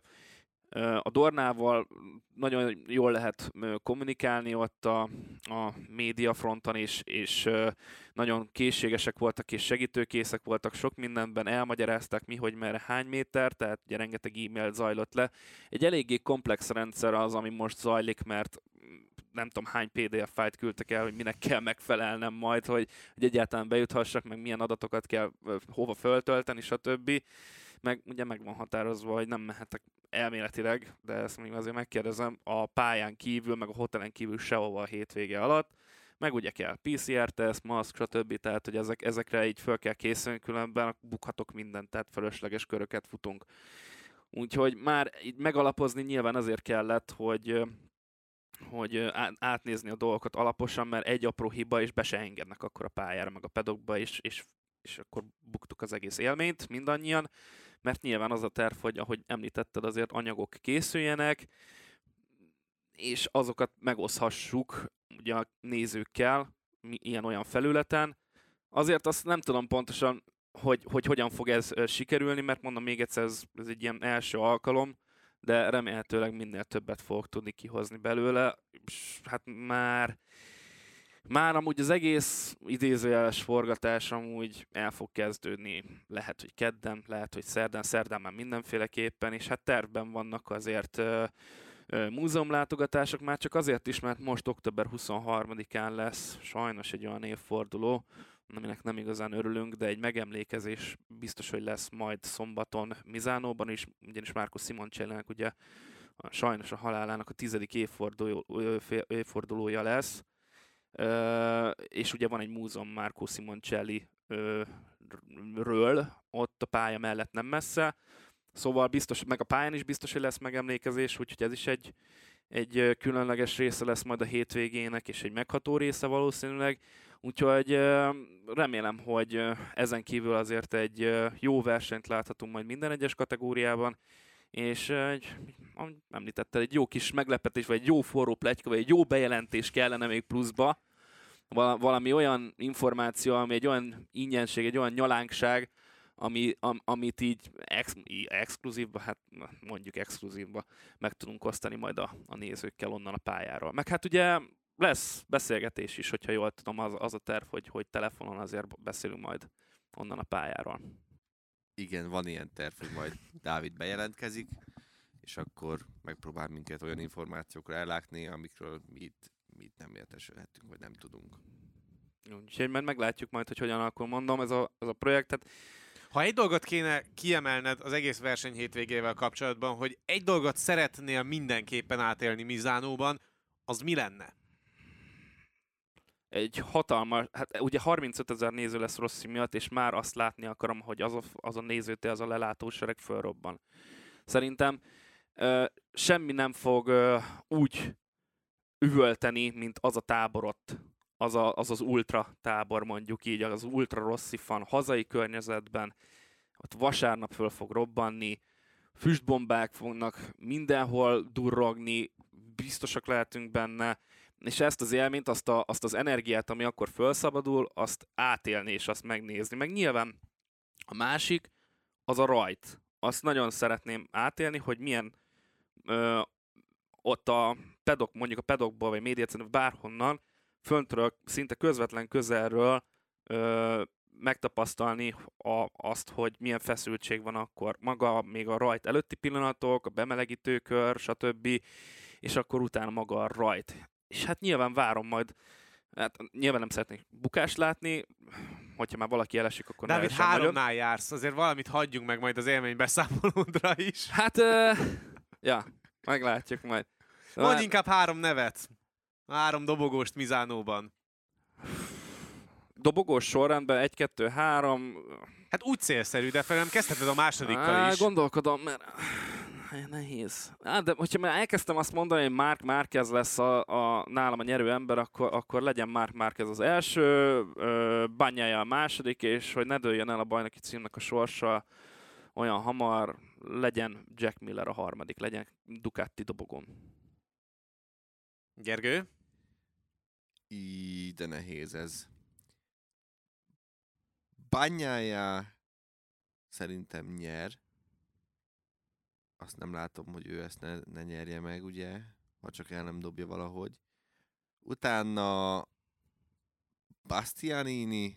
D: a Dornával nagyon jól lehet kommunikálni ott a, a médiafronton is, és nagyon készségesek voltak és segítőkészek voltak sok mindenben, elmagyarázták mi, hogy merre, hány méter, tehát ugye rengeteg e-mail zajlott le. Egy eléggé komplex rendszer az, ami most zajlik, mert nem tudom hány pé dé ef fájlt küldtek el, hogy minek kell megfelelnem majd, hogy, hogy egyáltalán bejuthassak, meg milyen adatokat kell hova föltölteni, stb. Meg ugye meg van határozva, hogy nem mehetek elméletileg, de ezt még azért megkérdezem, a pályán kívül, meg a hotelen kívül sehova a hétvége alatt, meg ugye kell pé cé er-teszt, maszk, stb. Tehát, hogy ezek, ezekre így föl kell készülni, különben bukhatok mindent, tehát fölösleges köröket futunk. Úgyhogy már így megalapozni nyilván azért kellett, hogy, hogy átnézni a dolgokat alaposan, mert egy apró hiba, és be se engednek akkor a pályára, meg a pedokba is, és és akkor buktuk az egész élményt mindannyian, mert nyilván az a terv, hogy ahogy említetted, azért anyagok készüljenek, és azokat megoszhassuk ugye a nézőkkel, ilyen-olyan felületen. Azért azt nem tudom pontosan, hogy, hogy hogyan fog ez sikerülni, mert mondom még egyszer, ez, ez egy ilyen első alkalom, de remélhetőleg minél többet fogok tudni kihozni belőle. És hát már, már amúgy az egész idézőjeles forgatás amúgy el fog kezdődni. Lehet, hogy kedden, lehet, hogy szerdán, szerdán már mindenféleképpen, és hát tervben vannak azért uh, uh, múzeumlátogatások, már csak azért is, mert most október huszonharmadikán lesz sajnos egy olyan évforduló, aminek nem igazán örülünk, de egy megemlékezés biztos, hogy lesz majd szombaton Misánóban is, ugyanis Marco Simoncellinek ugye a, sajnos a halálának a tizedik évforduló, évfordulója lesz, Ö, és ugye van egy múzeum Marco Simoncelli ö, ről, ott a pálya mellett nem messze, szóval biztos, meg a pályán is biztos, hogy lesz megemlékezés, úgyhogy ez is egy, egy különleges része lesz majd a hétvégének, és egy megható része valószínűleg. Úgyhogy remélem, hogy ezen kívül azért egy jó versenyt láthatunk majd minden egyes kategóriában, és egy, említetted, egy jó kis meglepetés, vagy egy jó forró pletyka, vagy egy jó bejelentés kellene még pluszba. Valami olyan információ, ami egy olyan ingyenség, egy olyan nyalánkság, ami, am, amit így ex, exkluzívba, hát mondjuk exkluzívba meg tudunk osztani majd a, a nézőkkel onnan a pályáról. Meg hát ugye lesz beszélgetés is, hogyha jól tudom, az, az a terv, hogy, hogy telefonon azért beszélünk majd onnan a pályáról.
C: Igen, van ilyen terv, hogy majd Dávid bejelentkezik, és akkor megpróbál minket olyan információkra ellákni, amikről mi itt, mi itt nem értesülhetünk, vagy nem tudunk.
D: Úgyhogy mert meglátjuk majd, hogy hogyan akkor mondom, ez a, ez a projektet.
A: Ha egy dolgot kéne kiemelned az egész verseny hétvégével kapcsolatban, hogy egy dolgot szeretnél mindenképpen átélni Misánóban, az mi lenne?
D: Egy hatalmas, hát ugye harmincötezer néző lesz Rossi miatt, és már azt látni akarom, hogy az a, az a nézőtér, az a lelátósereg fölrobban. Szerintem ö, semmi nem fog ö, úgy üvölteni, mint az a tábor ott, az, a, az az ultra tábor mondjuk így, az ultra Rossi fan hazai környezetben, ott vasárnap föl fog robbanni, füstbombák fognak mindenhol durrogni, biztosak lehetünk benne, és ezt az élményt, azt, a, azt az energiát, ami akkor felszabadul, azt átélni és azt megnézni. Meg nyilván a másik, az a rajt. Azt nagyon szeretném átélni, hogy milyen ö, ott a pedok, mondjuk a pedokból, vagy médiacentrum, bárhonnan, föntről, szinte közvetlen közelről ö, megtapasztalni a, azt, hogy milyen feszültség van akkor. Maga még a rajt előtti pillanatok, a bemelegítőkör, stb. És akkor utána maga a rajt. És hát nyilván várom majd, hát nyilván nem szeretnék bukást látni, hogyha már valaki elesik, akkor
A: Dávid,
D: ne
A: háromnál
D: nagyon.
A: jársz, azért valamit hagyjunk meg majd az élménybeszámolódra is.
D: Hát, uh, ja, meglátjuk majd.
A: Mondj inkább három nevet. Három dobogóst Misánóban.
D: Dobogós sorrendben egy, kettő, három.
A: Hát úgy célszerű, de felem kezdheted a másodikkal is.
D: Gondolkodom, mert nehéz. Á, de hogyha már elkezdtem azt mondani, hogy Marc Márquez lesz a, a, nálam a nyerő ember, akkor, akkor legyen Marc Márquez az első, Bagnaia a második, és hogy ne dőljön el a bajnoki címnek a sorsa olyan hamar, legyen Jack Miller a harmadik, legyen Ducati dobogón.
A: Gergő?
C: Í, de nehéz ez. Bagnaia szerintem nyer. Azt nem látom, hogy ő ezt ne, ne nyerje meg, ugye? Ha csak el nem dobja valahogy. Utána Bastianini,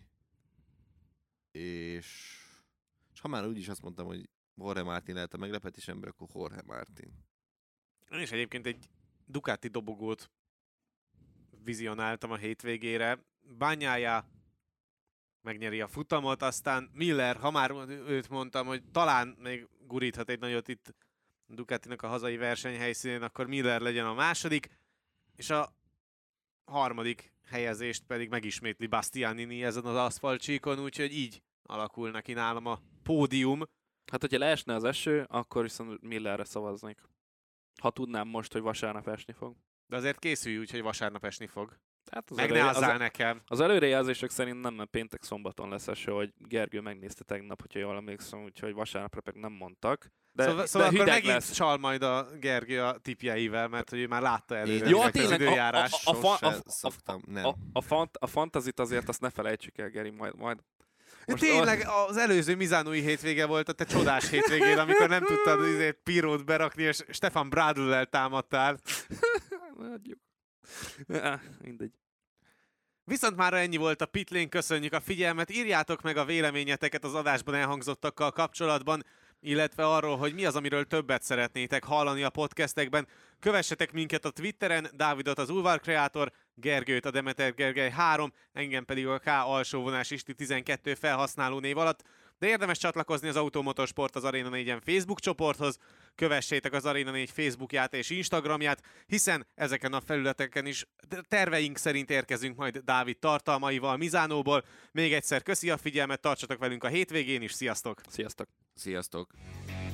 C: és, és ha már úgyis azt mondtam, hogy Jorge Martin lehet a meglepetés ember, akkor Jorge Martin.
A: Én is egyébként egy Ducati dobogót vizionáltam a hétvégére. Bagnaia megnyeri a futamot, aztán Miller, ha már őt mondtam, hogy talán még guríthat egy nagyot itt Ducatinak a hazai versenyhelyszínén, akkor Miller legyen a második, és a harmadik helyezést pedig megismétli Bastianini ezen az aszfaltcsíkon, úgyhogy így alakul neki nálam a pódium.
D: Hát, hogyha leesne az eső, akkor viszont Millerre szavaznék. Ha tudnám most, hogy vasárnap esni fog.
A: De azért készülj úgy, hogy vasárnap esni fog.
D: Hát az
A: Meg
D: előre-
A: ne
D: az,
A: azzál nekem.
D: az előrejelzések szerint nem, mert péntek szombaton lesz eső, hogy Gergő megnézte tegnap, hogyha jól emlékszem, úgyhogy vasárnapra meg nem mondtak. De,
A: Szóval,
D: de
A: szóval akkor
D: hideg
A: megint
D: lesz.
A: csal majd a Gergő a tipjeivel, mert hogy ő már látta előre.
C: Én
D: Ja,
A: ezeket
D: tényleg,
A: az
D: a-
A: időjárás.
D: a- a fa-
C: Sose szoktam, nem.
D: A, a, fant, a fantazit azért azt ne felejtsük el, Geri, majd, majd
A: Most tényleg az előző Mizánói hétvége volt a te csodás hétvégén, amikor nem tudtad azért Pirót berakni, és Stefan Bradl-lel támadtál.
D: Adjuk. Ja, mindegy.
A: Viszont már ennyi volt a Pitlane, köszönjük a figyelmet, írjátok meg a véleményeteket az adásban elhangzottakkal kapcsolatban, illetve arról, hogy mi az, amiről többet szeretnétek hallani a podcastekben. Kövessetek minket a Twitteren, Dávidot az Ulvar Kreator, Gergőt a Demeter Gergely három, engem pedig a K alsóvonás Isti tizenkettő felhasználó név alatt, de érdemes csatlakozni az Automotorsport az Arena négyen Facebook csoporthoz, kövessétek az Arena négy Facebookját és Instagramját, hiszen ezeken a felületeken is terveink szerint érkezünk majd Dávid tartalmaival Mizánóból. Még egyszer köszi a figyelmet, tartsatok velünk a hétvégén is, sziasztok!
D: Sziasztok!
C: Sziasztok!